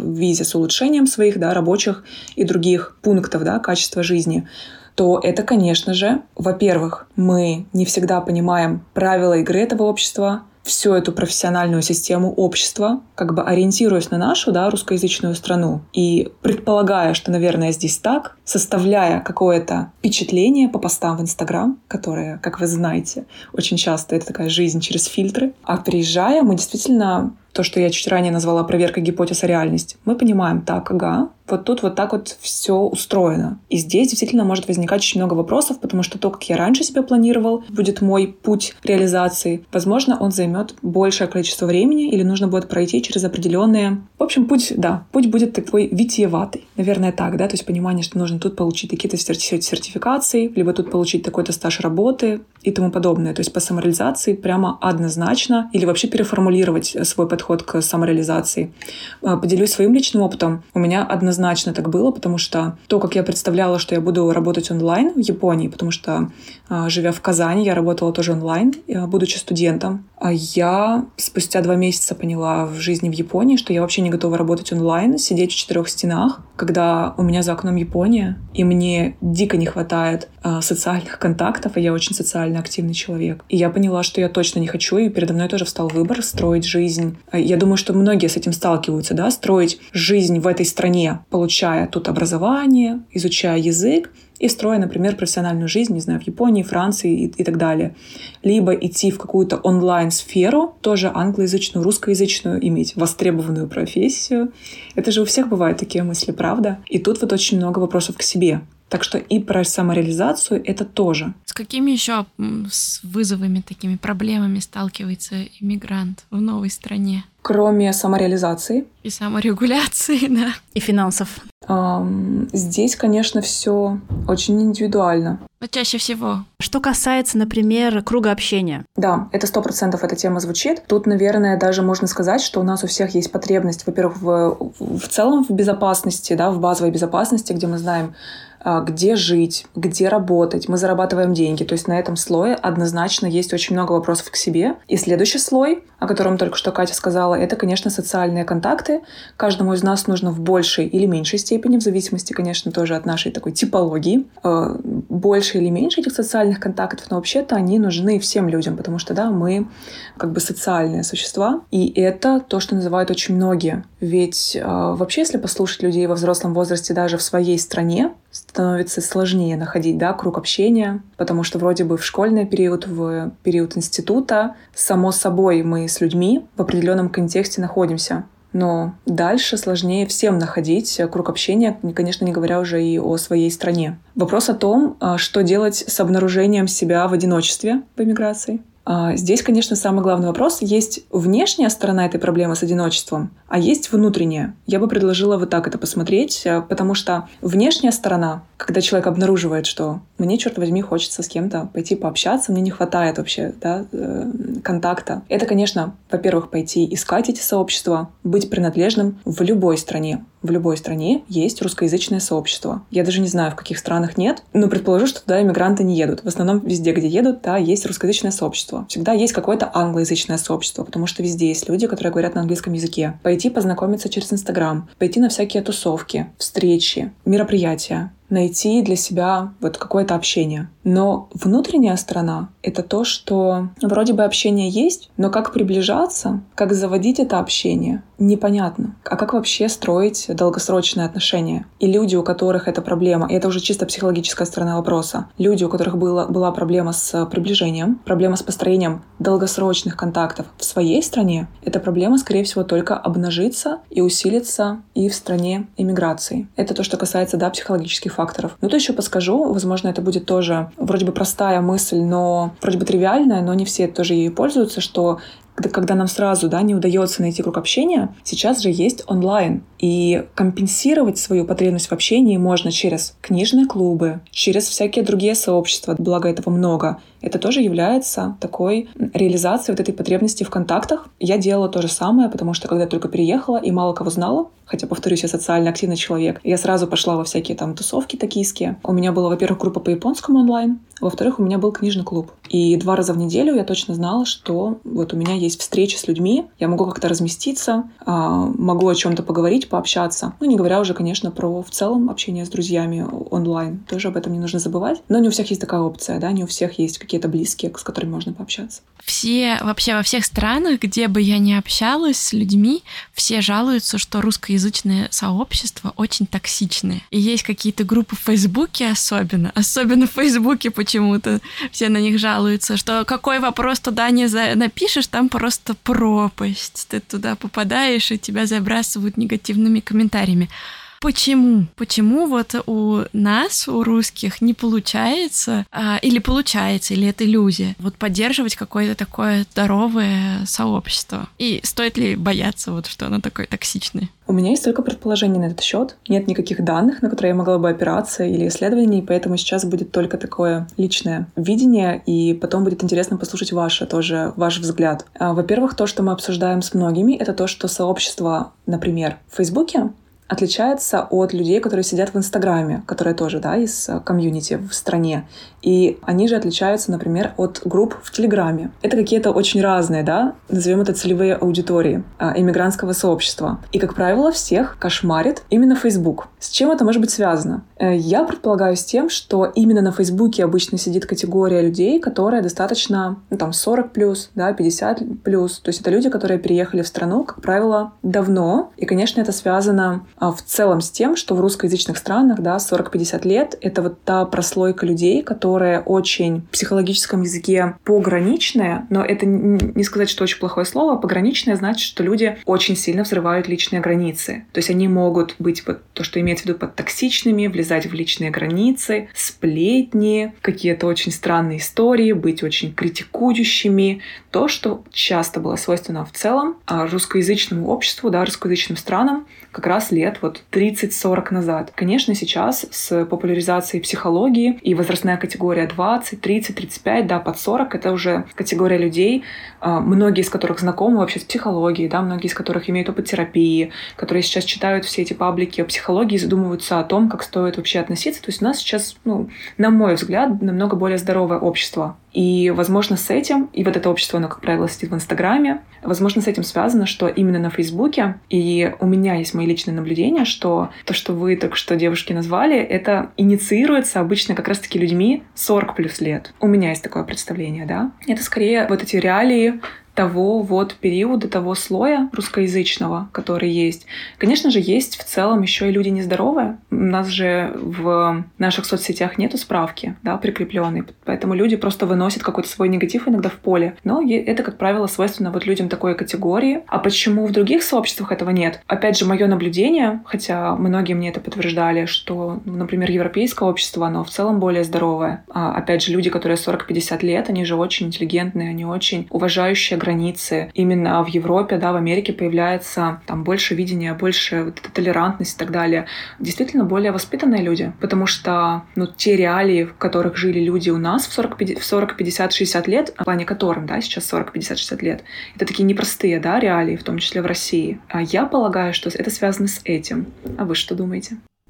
с улучшением своих рабочих и других пунктов качества жизни, то это, конечно же, во-первых, мы не всегда понимаем правила игры этого общества, всю эту профессиональную систему общества, ориентируясь на нашу русскоязычную страну и предполагая, что, наверное, здесь так, составляя какое-то впечатление по постам в Инстаграм, которое, как вы знаете, очень часто это такая жизнь через фильтры, а приезжая, мы действительно... То, что я чуть ранее назвала проверкой гипотез о реальности. Мы понимаем, вот тут вот так вот все устроено. И здесь действительно может возникать очень много вопросов, потому что то, как я раньше себе планировал, будет мой путь реализации. Возможно, он займет большее количество времени или нужно будет пройти через определенные... В общем, путь будет такой витиеватый. Наверное, так, То есть понимание, что нужно тут получить какие-то сертификации, либо тут получить такой-то стаж работы и тому подобное. То есть по самореализации прямо однозначно или вообще переформулировать свой подход к самореализации. Поделюсь своим личным опытом. У меня однозначно так было, потому что то, как я представляла, что я буду работать онлайн в Японии, потому что, живя в Казани, я работала тоже онлайн, будучи студентом. А я спустя 2 месяца поняла в жизни в Японии, что я вообще не готова работать онлайн, сидеть в 4 стенах, когда у меня за окном Япония, и мне дико не хватает социальных контактов, а я очень социально активный человек. И я поняла, что я точно не хочу, и передо мной тоже встал выбор строить жизнь. Я думаю, что многие с этим сталкиваются, строить жизнь в этой стране, получая тут образование, изучая язык, и строя, например, профессиональную жизнь, не знаю, в Японии, Франции и так далее. Либо идти в какую-то онлайн-сферу, тоже англоязычную, русскоязычную, иметь востребованную профессию. Это же у всех бывают такие мысли, правда? И тут вот очень много вопросов к себе. Так что и про самореализацию это тоже. С какими еще вызовами, такими проблемами сталкивается иммигрант в новой стране? Кроме самореализации. И саморегуляции, да. И финансов. Здесь, конечно, все очень индивидуально. Но чаще всего. Что касается, например, круга общения. Да, это 100% эта тема звучит. Тут, наверное, даже можно сказать, что у нас у всех есть потребность, во-первых, в целом в безопасности, в базовой безопасности, где мы знаем, где жить, где работать, мы зарабатываем деньги. То есть на этом слое однозначно есть очень много вопросов к себе. И следующий слой, о котором только что Катя сказала, это, конечно, социальные контакты. Каждому из нас нужно в большей или меньшей степени, в зависимости, конечно, тоже от нашей такой типологии, больше или меньше этих социальных контактов, но вообще-то они нужны всем людям, потому что, мы социальные существа, и это то, что называют очень многие. Ведь вообще, если послушать людей во взрослом возрасте даже в своей стране, становится сложнее находить, круг общения, потому что вроде бы в школьный период, в период института, само собой мы с людьми в определенном контексте находимся. Но дальше сложнее всем находить круг общения, конечно, не говоря уже и о своей стране. Вопрос о том, что делать с обнаружением себя в одиночестве в эмиграции. Здесь, конечно, самый главный вопрос. Есть внешняя сторона этой проблемы с одиночеством, а есть внутренняя. Я бы предложила вот так это посмотреть, потому что внешняя сторона, когда человек обнаруживает, что мне, черт возьми, хочется с кем-то пойти пообщаться, мне не хватает вообще контакта. Это, конечно, во-первых, пойти искать эти сообщества, быть принадлежным в любой стране. В любой стране есть русскоязычное сообщество. Я даже не знаю, в каких странах нет, но предположу, что туда иммигранты не едут. В основном везде, где едут, есть русскоязычное сообщество. Всегда есть какое-то англоязычное сообщество, потому что везде есть люди, которые говорят на английском языке. Пойти познакомиться через Инстаграм, пойти на всякие тусовки, встречи, мероприятия. найти для себя вот какое-то общение. Но внутренняя сторона — это то, что вроде бы общение есть, но как приближаться, как заводить это общение, непонятно. А как вообще строить долгосрочные отношения? И люди, у которых эта проблема, и это уже чисто психологическая сторона вопроса, люди, у которых была проблема с приближением, проблема с построением долгосрочных контактов в своей стране, эта проблема, скорее всего, только обнажится и усилится и в стране иммиграции. Это то, что касается, да, психологических факторов. Но то еще подскажу, возможно, это будет тоже вроде бы простая мысль, но вроде бы тривиальная, но не все тоже ею пользуются, что когда нам сразу, да, не удается найти круг общения, сейчас же есть онлайн. И компенсировать свою потребность в общении можно через книжные клубы, через всякие другие сообщества, благо этого много. Это тоже является такой реализацией вот этой потребности в контактах. Я делала то же самое, потому что когда я только переехала и мало кого знала, хотя, повторюсь, я социально активный человек, я сразу пошла во всякие там тусовки токийские. У меня была, во-первых, группа по японскому онлайн, во-вторых, у меня был книжный клуб. И 2 раза в неделю я точно знала, что вот у меня есть встречи с людьми, я могу как-то разместиться, могу о чем-то поговорить, пообщаться. Ну, не говоря уже, конечно, про в целом общение с друзьями онлайн. Тоже об этом не нужно забывать. Но не у всех есть такая опция, да, не у всех есть какие-то близкие, с которыми можно пообщаться. Вообще во всех странах, где бы я ни общалась с людьми, все жалуются, что русскоязычное сообщество очень токсичное. И есть какие-то группы в Фейсбуке особенно в Фейсбуке почему-то все на них жалуются, что какой вопрос туда не напишешь, там просто пропасть. Ты туда попадаешь, и тебя забрасывают негативными комментариями. Почему? Почему вот у нас, у русских, не получается, или получается, или это иллюзия, вот поддерживать какое-то такое здоровое сообщество? И стоит ли бояться, вот, что оно такое токсичное? У меня есть только предположение на этот счет. Нет никаких данных, на которые я могла бы опираться, или исследований, поэтому сейчас будет только такое личное видение, и потом будет интересно послушать ваш взгляд. Во-первых, то, что мы обсуждаем с многими, это то, что сообщество, например, в Фейсбуке, отличается от людей, которые сидят в Инстаграме, которые тоже, да, из комьюнити в стране. И они же отличаются, например, от групп в Телеграме. Это какие-то очень разные, да, назовем это целевые аудитории иммигрантского сообщества. И, как правило, всех кошмарит именно Facebook. С чем это может быть связано? Я предполагаю с тем, что именно на Фейсбуке обычно сидит категория людей, которая достаточно, 40+, да, 50+. То есть это люди, которые переехали в страну, как правило, давно. И, конечно, это связано в целом с тем, что в русскоязычных странах, да, 40-50 лет — это вот та прослойка людей, которая очень в психологическом языке пограничная, но это не сказать, что очень плохое слово. Пограничное значит, что люди очень сильно взрывают личные границы. То есть они могут быть, вот, то, что имеется в виду под токсичными, влезать в личные границы, сплетни, какие-то очень странные истории, быть очень критикующими. То, что часто было свойственно в целом русскоязычному обществу, да, русскоязычным странам, как раз лет 30-40 назад. Конечно, сейчас с популяризацией психологии и возрастная категория 20, 30, 35, да, под 40 — это уже категория людей, многие из которых знакомы вообще с психологией, да, многие из которых имеют опыт терапии, которые сейчас читают все эти паблики о психологии и задумываются о том, как стоит вообще относиться. То есть у нас сейчас, на мой взгляд, намного более здоровое общество. И, возможно, с этим, и вот это общество, оно, как правило, сидит в Инстаграме, возможно, с этим связано, что именно на Фейсбуке, и у меня есть мои личные наблюдения, что то, что вы только что, девушки, назвали, это инициируется обычно как раз-таки людьми 40+ лет. У меня есть такое представление, да. Это скорее вот эти реалии того периода, того слоя русскоязычного, который есть. Конечно же, есть в целом еще и люди нездоровые. У нас же в наших соцсетях нету справки, да, прикрепленной, поэтому люди просто выносят какой-то свой негатив иногда в поле. Но это, как правило, свойственно вот людям такой категории. А почему в других сообществах этого нет? Опять же, мое наблюдение, хотя многие мне это подтверждали, что, например, европейское общество, оно в целом более здоровое. Опять же, люди, которые 40-50 лет, они же очень интеллигентные, они очень уважающие границы. Именно в Европе, да, в Америке появляется там больше видения, больше вот эта толерантность и так далее. Действительно более воспитанные люди, потому что те реалии, в которых жили люди у нас в 40, 50, 60 лет, в плане которым, да, сейчас 40, 50, 60 лет, это такие непростые, да, реалии, в том числе в России. А я полагаю, что это связано с этим. А вы что думаете?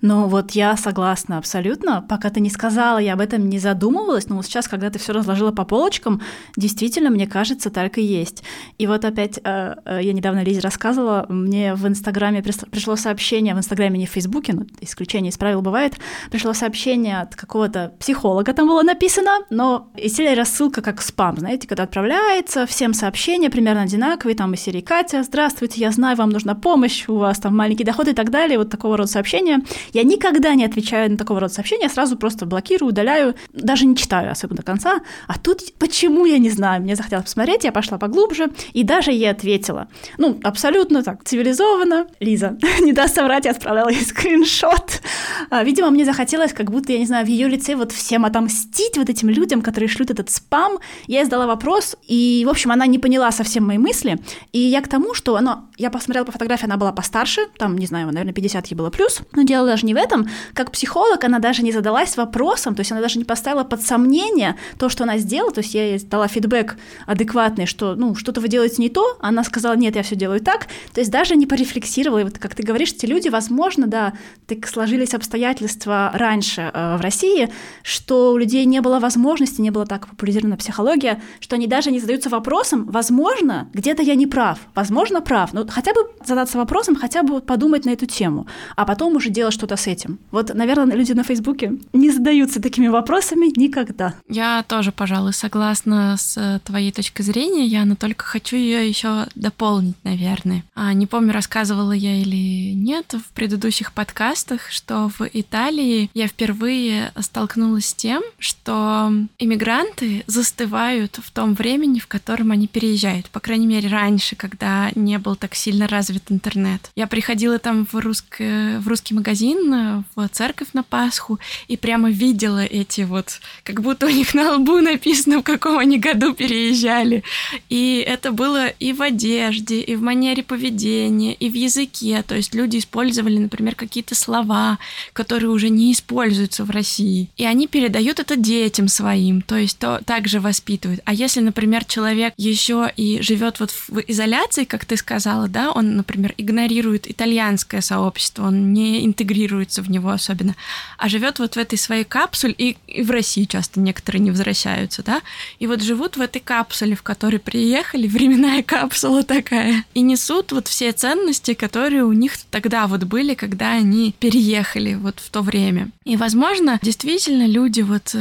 Ну вот я согласна абсолютно. Пока ты не сказала, я об этом не задумывалась, но вот сейчас, когда ты все разложила по полочкам, действительно, мне кажется, так и есть. И вот опять, я недавно Лизе рассказывала, мне в Инстаграме пришло сообщение, в Инстаграме, не в Фейсбуке, но исключение из правил бывает, пришло сообщение от какого-то психолога, там было написано, но из серии рассылка как спам, знаете, когда отправляется, всем сообщения примерно одинаковые, там из серии «Катя, здравствуйте, я знаю, вам нужна помощь, у вас там маленький доход» и так далее, вот такого рода сообщения. Я никогда не отвечаю на такого рода сообщения, сразу просто блокирую, удаляю, даже не читаю особенно до конца. А тут почему, я не знаю, мне захотелось посмотреть, я пошла поглубже и даже ей ответила. Ну, абсолютно так, цивилизованно. Лиза не даст соврать, я отправляла ей скриншот. Видимо, мне захотелось, как будто, я не знаю, в ее лице вот всем отомстить, вот этим людям, которые шлют этот спам. Я ей задала вопрос, и, в общем, она не поняла совсем мои мысли. И я к тому, что я посмотрела по фотографии, она была постарше, там, не знаю, наверное, 50 ей было плюс, но дело даже не в этом. Как психолог она даже не задалась вопросом, то есть она даже не поставила под сомнение то, что она сделала, то есть я ей дала фидбэк адекватный, что, что-то вы делаете не то, она сказала, нет, я все делаю так, то есть даже не порефлексировала, и вот как ты говоришь, эти люди, возможно, да, так сложились обстоятельства раньше в России, что у людей не было возможности, не была так популяризирована психология, что они даже не задаются вопросом, возможно, где-то я не прав, возможно, прав, но хотя бы задаться вопросом, хотя бы подумать на эту тему, а потом уже делать что-то с этим. Вот, наверное, люди на Фейсбуке не задаются такими вопросами никогда. Я тоже, пожалуй, согласна с твоей точкой зрения, но только хочу ее еще дополнить, наверное. Не помню, рассказывала я или нет в предыдущих подкастах, что в Италии я впервые столкнулась с тем, что иммигранты застывают в том времени, в котором они переезжают. По крайней мере, раньше, когда не был так сильно развит интернет. Я приходила там в русский магазин, в церковь на Пасху, и прямо видела эти вот, как будто у них на лбу написано, в каком они году переезжали. И это было и в одежде, и в манере поведения, и в языке. То есть люди использовали, например, какие-то слова, которые уже не используются в России. И они передают это детям своим, то есть также воспитывают. А если, например, человек еще и живет вот в изоляции, как ты сказала, да, он, например, игнорирует итальянское сообщество, он не интегрируется в него особенно, а живет вот в этой своей капсуле, и в России часто некоторые не возвращаются, да, и вот живут в этой капсуле, в которой приехали, временная капсула такая, и несут вот все ценности, которые у них тогда вот были, когда они переехали вот в то время. И, возможно, действительно люди вот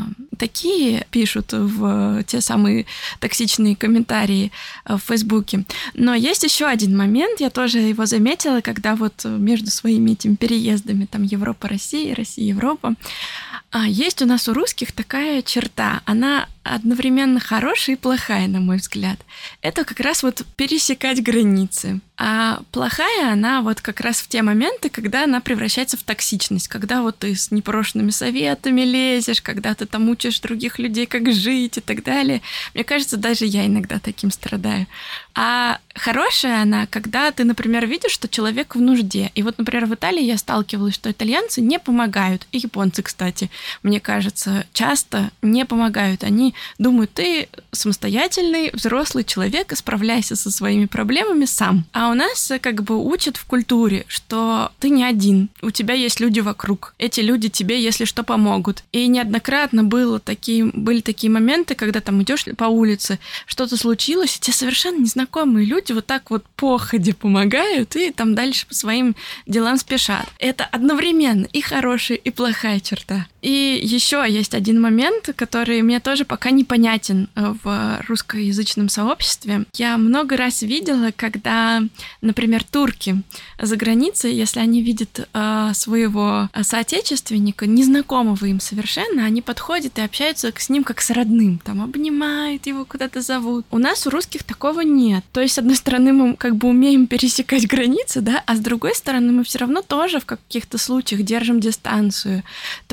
такие пишут в те самые токсичные комментарии в Фейсбуке. Но есть еще один момент, я тоже его заметила, когда вот между своими этими переездами, там Европа-Россия, Россия-Европа, есть у нас у русских такая черта, она одновременно хорошая и плохая, на мой взгляд. Это как раз вот пересекать границы. А плохая она вот как раз в те моменты, когда она превращается в токсичность, когда вот ты с непрошенными советами лезешь, когда ты там учишь других людей, как жить и так далее. Мне кажется, даже я иногда таким страдаю. А хорошая она, когда ты, например, видишь, что человек в нужде. И вот, например, в Италии я сталкивалась, что итальянцы не помогают. И японцы, кстати, мне кажется, часто не помогают. Они думают, ты самостоятельный, взрослый человек, справляйся со своими проблемами сам. А у нас как бы учат в культуре, что ты не один, у тебя есть люди вокруг. Эти люди тебе, если что, помогут. И неоднократно были такие моменты, когда там идешь по улице, что-то случилось, и тебе совершенно незнакомые люди вот так вот походе помогают и там дальше по своим делам спешат. Это одновременно и хорошая, и плохая черта. И еще есть один момент, который мне тоже пока непонятен в русскоязычном сообществе. Я много раз видела, когда, например, турки за границей, если они видят своего соотечественника, незнакомого им совершенно, они подходят и общаются с ним как с родным, там обнимают его, куда-то зовут. У нас, у русских, такого нет. То есть, с одной стороны, мы как бы умеем пересекать границы, да, а с другой стороны, мы все равно тоже в каких-то случаях держим дистанцию. То есть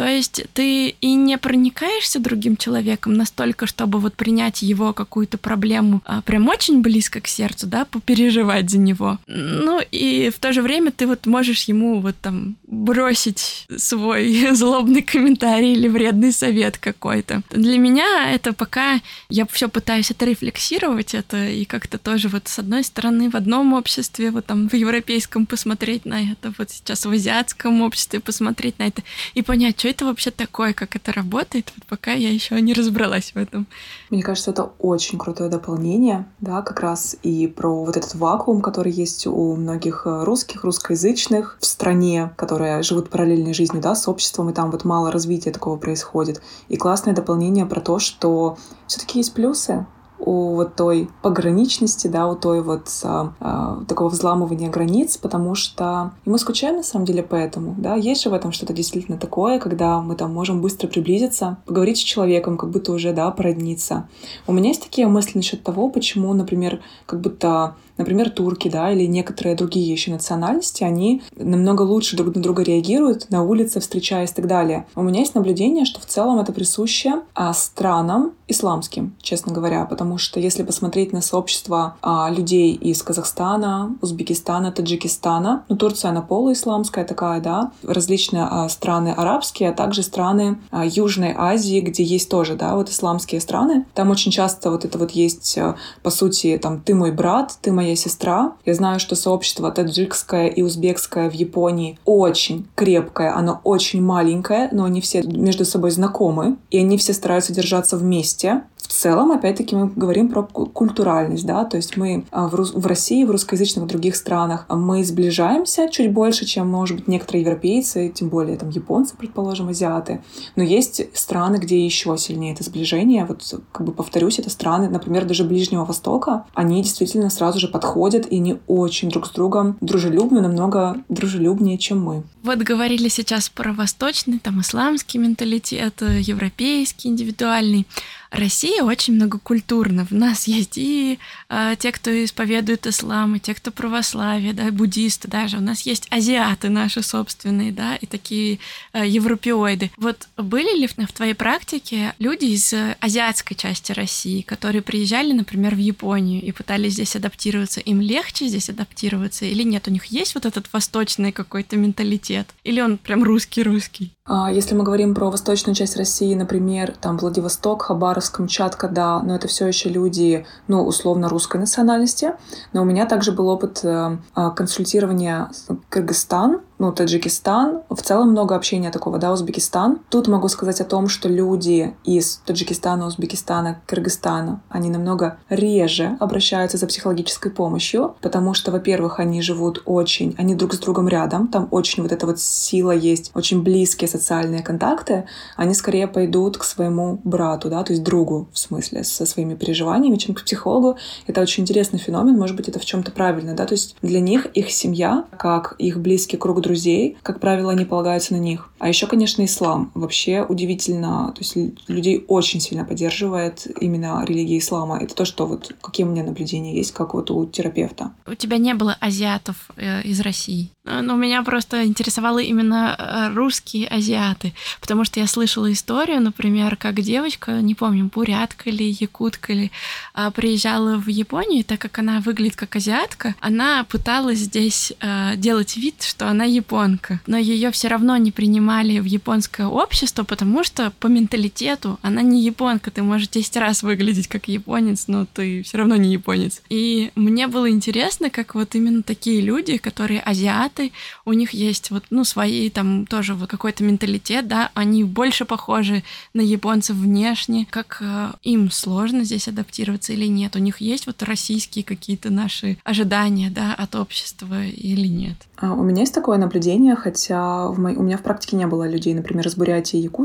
есть ты и не проникаешься другим человеком настолько, чтобы вот принять его какую-то проблему прям очень близко к сердцу, да, попереживать за него. Ну и в то же время ты вот можешь ему вот там бросить свой злобный комментарий или вредный совет какой-то. Для меня это пока я все пытаюсь отрефлексировать это и как-то тоже вот с одной стороны в одном обществе, вот там в европейском посмотреть на это, вот сейчас в азиатском обществе посмотреть на это и понять, что это вообще такое, как это работает, вот пока я еще не разобралась в этом. Мне кажется, это очень крутое дополнение, да, как раз и про вот этот вакуум, который есть у многих русских, русскоязычных в стране, которые живут параллельной жизнью, да, с обществом, и там вот мало развития такого происходит. И классное дополнение про то, что все-таки есть плюсы у вот той пограничности, да, у той вот такого взламывания границ, потому что и мы скучаем на самом деле по этому, да, есть же в этом что-то действительно такое, когда мы там можем быстро приблизиться, поговорить с человеком, как будто уже, да, породниться. У меня есть такие мысли насчет того, почему, например, как будто, например, турки, да, или некоторые другие еще национальности, они намного лучше друг на друга реагируют на улице, встречаясь и так далее. У меня есть наблюдение, что в целом это присуще странам исламским, честно говоря, потому что если посмотреть на сообщество людей из Казахстана, Узбекистана, Таджикистана, ну, Турция, она полуисламская такая, да, различные страны арабские, а также страны Южной Азии, где есть тоже, да, вот исламские страны, там очень часто вот это вот есть, по сути, там, ты мой брат, ты моя сестра. Я знаю, что сообщество таджикское и узбекское в Японии очень крепкое, оно очень маленькое, но они все между собой знакомы, и они все стараются держаться вместе. В целом, опять-таки, мы говорим про культуральность, да, то есть мы в России, в русскоязычных других странах мы сближаемся чуть больше, чем, может быть, некоторые европейцы, тем более там японцы, предположим, азиаты. Но есть страны, где еще сильнее это сближение. Вот, как бы повторюсь, это страны, например, даже Ближнего Востока, они действительно сразу же подходят и не очень друг с другом дружелюбны, намного дружелюбнее, чем мы. Вот говорили сейчас про восточный, там, исламский менталитет, европейский, индивидуальный. Россия очень многокультурна. У нас есть и те, кто исповедует ислам, и те, кто православие, да, буддисты даже. У нас есть азиаты наши собственные, да, и такие европеоиды. Вот были ли в твоей практике люди из азиатской части России, которые приезжали, например, в Японию и пытались здесь адаптироваться? Им легче здесь адаптироваться или нет? У них есть вот этот восточный какой-то менталитет? Или он прям русский-русский? Если мы говорим про восточную часть России, например, там Владивосток, Хабаровск, Камчатка, да, но это все еще люди, ну, условно, русской национальности. Но у меня также был опыт консультирования Кыргызстан, ну, Таджикистан. В целом много общения такого, да, Узбекистан. Тут могу сказать о том, что люди из Таджикистана, Узбекистана, Кыргызстана, они намного реже обращаются за психологической помощью, потому что, во-первых, они друг с другом рядом, там очень вот эта вот сила есть, очень близкие социальные контакты, они скорее пойдут к своему брату, да, то есть другу, в смысле, со своими переживаниями, чем к психологу. Это очень интересный феномен, может быть, это в чем-то правильно, да, то есть для них их семья, как их близкий круг друзей, как правило, они полагаются на них. А еще, конечно, ислам. Вообще удивительно, то есть людей очень сильно поддерживает именно религия ислама. Это то, что вот какие у меня наблюдения есть, как вот у терапевта. У тебя не было азиатов из России? Но меня просто интересовало именно русские азиаты, потому что я слышала историю, например, как девочка, не помню, бурятка или якутка или, приезжала в Японию, и так как она выглядит как азиатка, она пыталась здесь делать вид, что она японка, но ее все равно не принимали в японское общество, потому что по менталитету она не японка, ты можешь 10 раз выглядеть как японец, но ты все равно не японец. И мне было интересно, как вот именно такие люди, которые азиаты, у них есть вот, ну, свои там тоже вот какой-то менталитет, да, они больше похожи на японцев внешне, как им сложно здесь адаптироваться или нет, у них есть вот российские какие-то наши ожидания, да, от общества или нет? У меня есть такое наблюдение, хотя у меня в практике не было людей, например, из Бурятии и Якутии,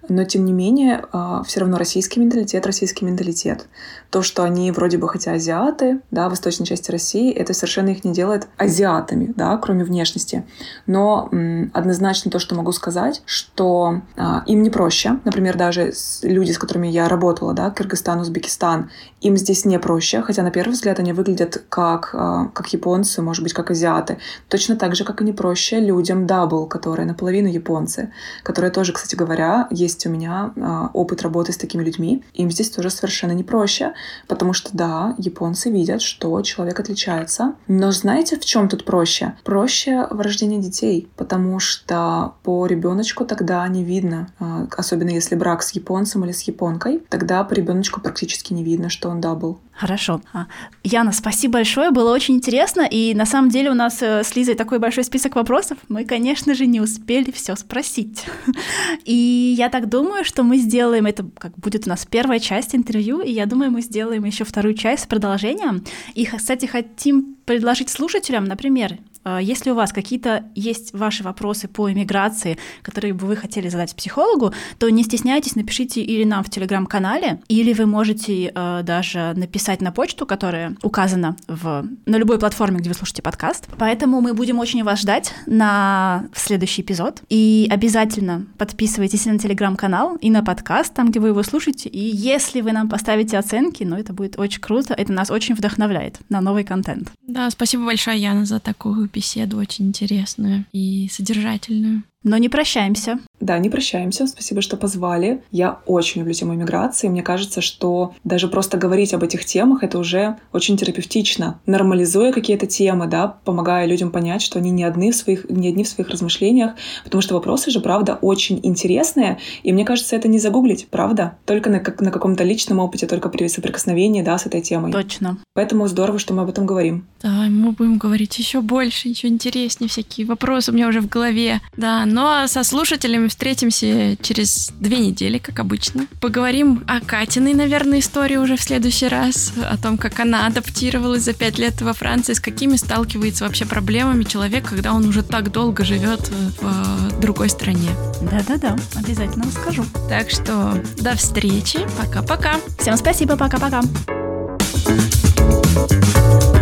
Но, тем не менее, все равно российский менталитет. То, что они вроде бы хотя азиаты, да, в восточной части России, это совершенно их не делает азиатами, да, кроме внешности. Но однозначно то, что могу сказать, что им не проще. Например, даже люди, с которыми я работала, да, Кыргызстан, Узбекистан, им здесь не проще, хотя на первый взгляд они выглядят как японцы, может быть, как азиаты. Точно так же, как и не проще людям дабл, которые наполовину японцы, которые тоже, кстати говоря, есть у меня опыт работы с такими людьми. Им здесь тоже совершенно не проще, потому что, да, японцы видят, что человек отличается. Но знаете, в чем тут проще? Проще в рождении детей, потому что по ребеночку тогда не видно, особенно если брак с японцем или с японкой, тогда по ребеночку практически не видно, что он дабл. Хорошо. Яна, спасибо большое, было очень интересно, и на самом деле у нас с Лизой такой большой список вопросов, мы, конечно же, не успели все спросить. И я так думаю, что мы сделаем, это как будет у нас первая часть интервью, и я думаю, мы сделаем еще вторую часть с продолжением. И, кстати, хотим предложить слушателям, например, если у вас какие-то есть ваши вопросы по иммиграции, которые бы вы хотели задать психологу, то не стесняйтесь, напишите или нам в Телеграм-канале, или вы можете даже написать на почту, которая указана на любой платформе, где вы слушаете подкаст. Поэтому мы будем очень вас ждать на следующий эпизод. И обязательно подписывайтесь и на Телеграм-канал, и на подкаст, там, где вы его слушаете. И если вы нам поставите оценки, это будет очень круто, это нас очень вдохновляет на новый контент. Да, спасибо большое, Яна, за такую беседу очень интересную и содержательную. Но не прощаемся. Да, не прощаемся. Спасибо, что позвали. Я очень люблю тему миграции. Мне кажется, что даже просто говорить об этих темах — это уже очень терапевтично. Нормализуя какие-то темы, да, помогая людям понять, что они не одни в своих размышлениях, потому что вопросы же, правда, очень интересные. И мне кажется, это не загуглить, правда? Только на каком-то личном опыте, только при соприкосновении, да, с этой темой. Точно. Поэтому здорово, что мы об этом говорим. Да, мы будем говорить еще больше, еще интереснее, всякие вопросы у меня уже в голове. Да, но со слушателями встретимся через 2 недели, как обычно. Поговорим о Катиной, наверное, истории уже в следующий раз, о том, как она адаптировалась за 5 лет во Франции, с какими сталкивается вообще проблемами человек, когда он уже так долго живет в другой стране. Да-да-да, обязательно расскажу. Так что до встречи, пока-пока. Всем спасибо, пока-пока.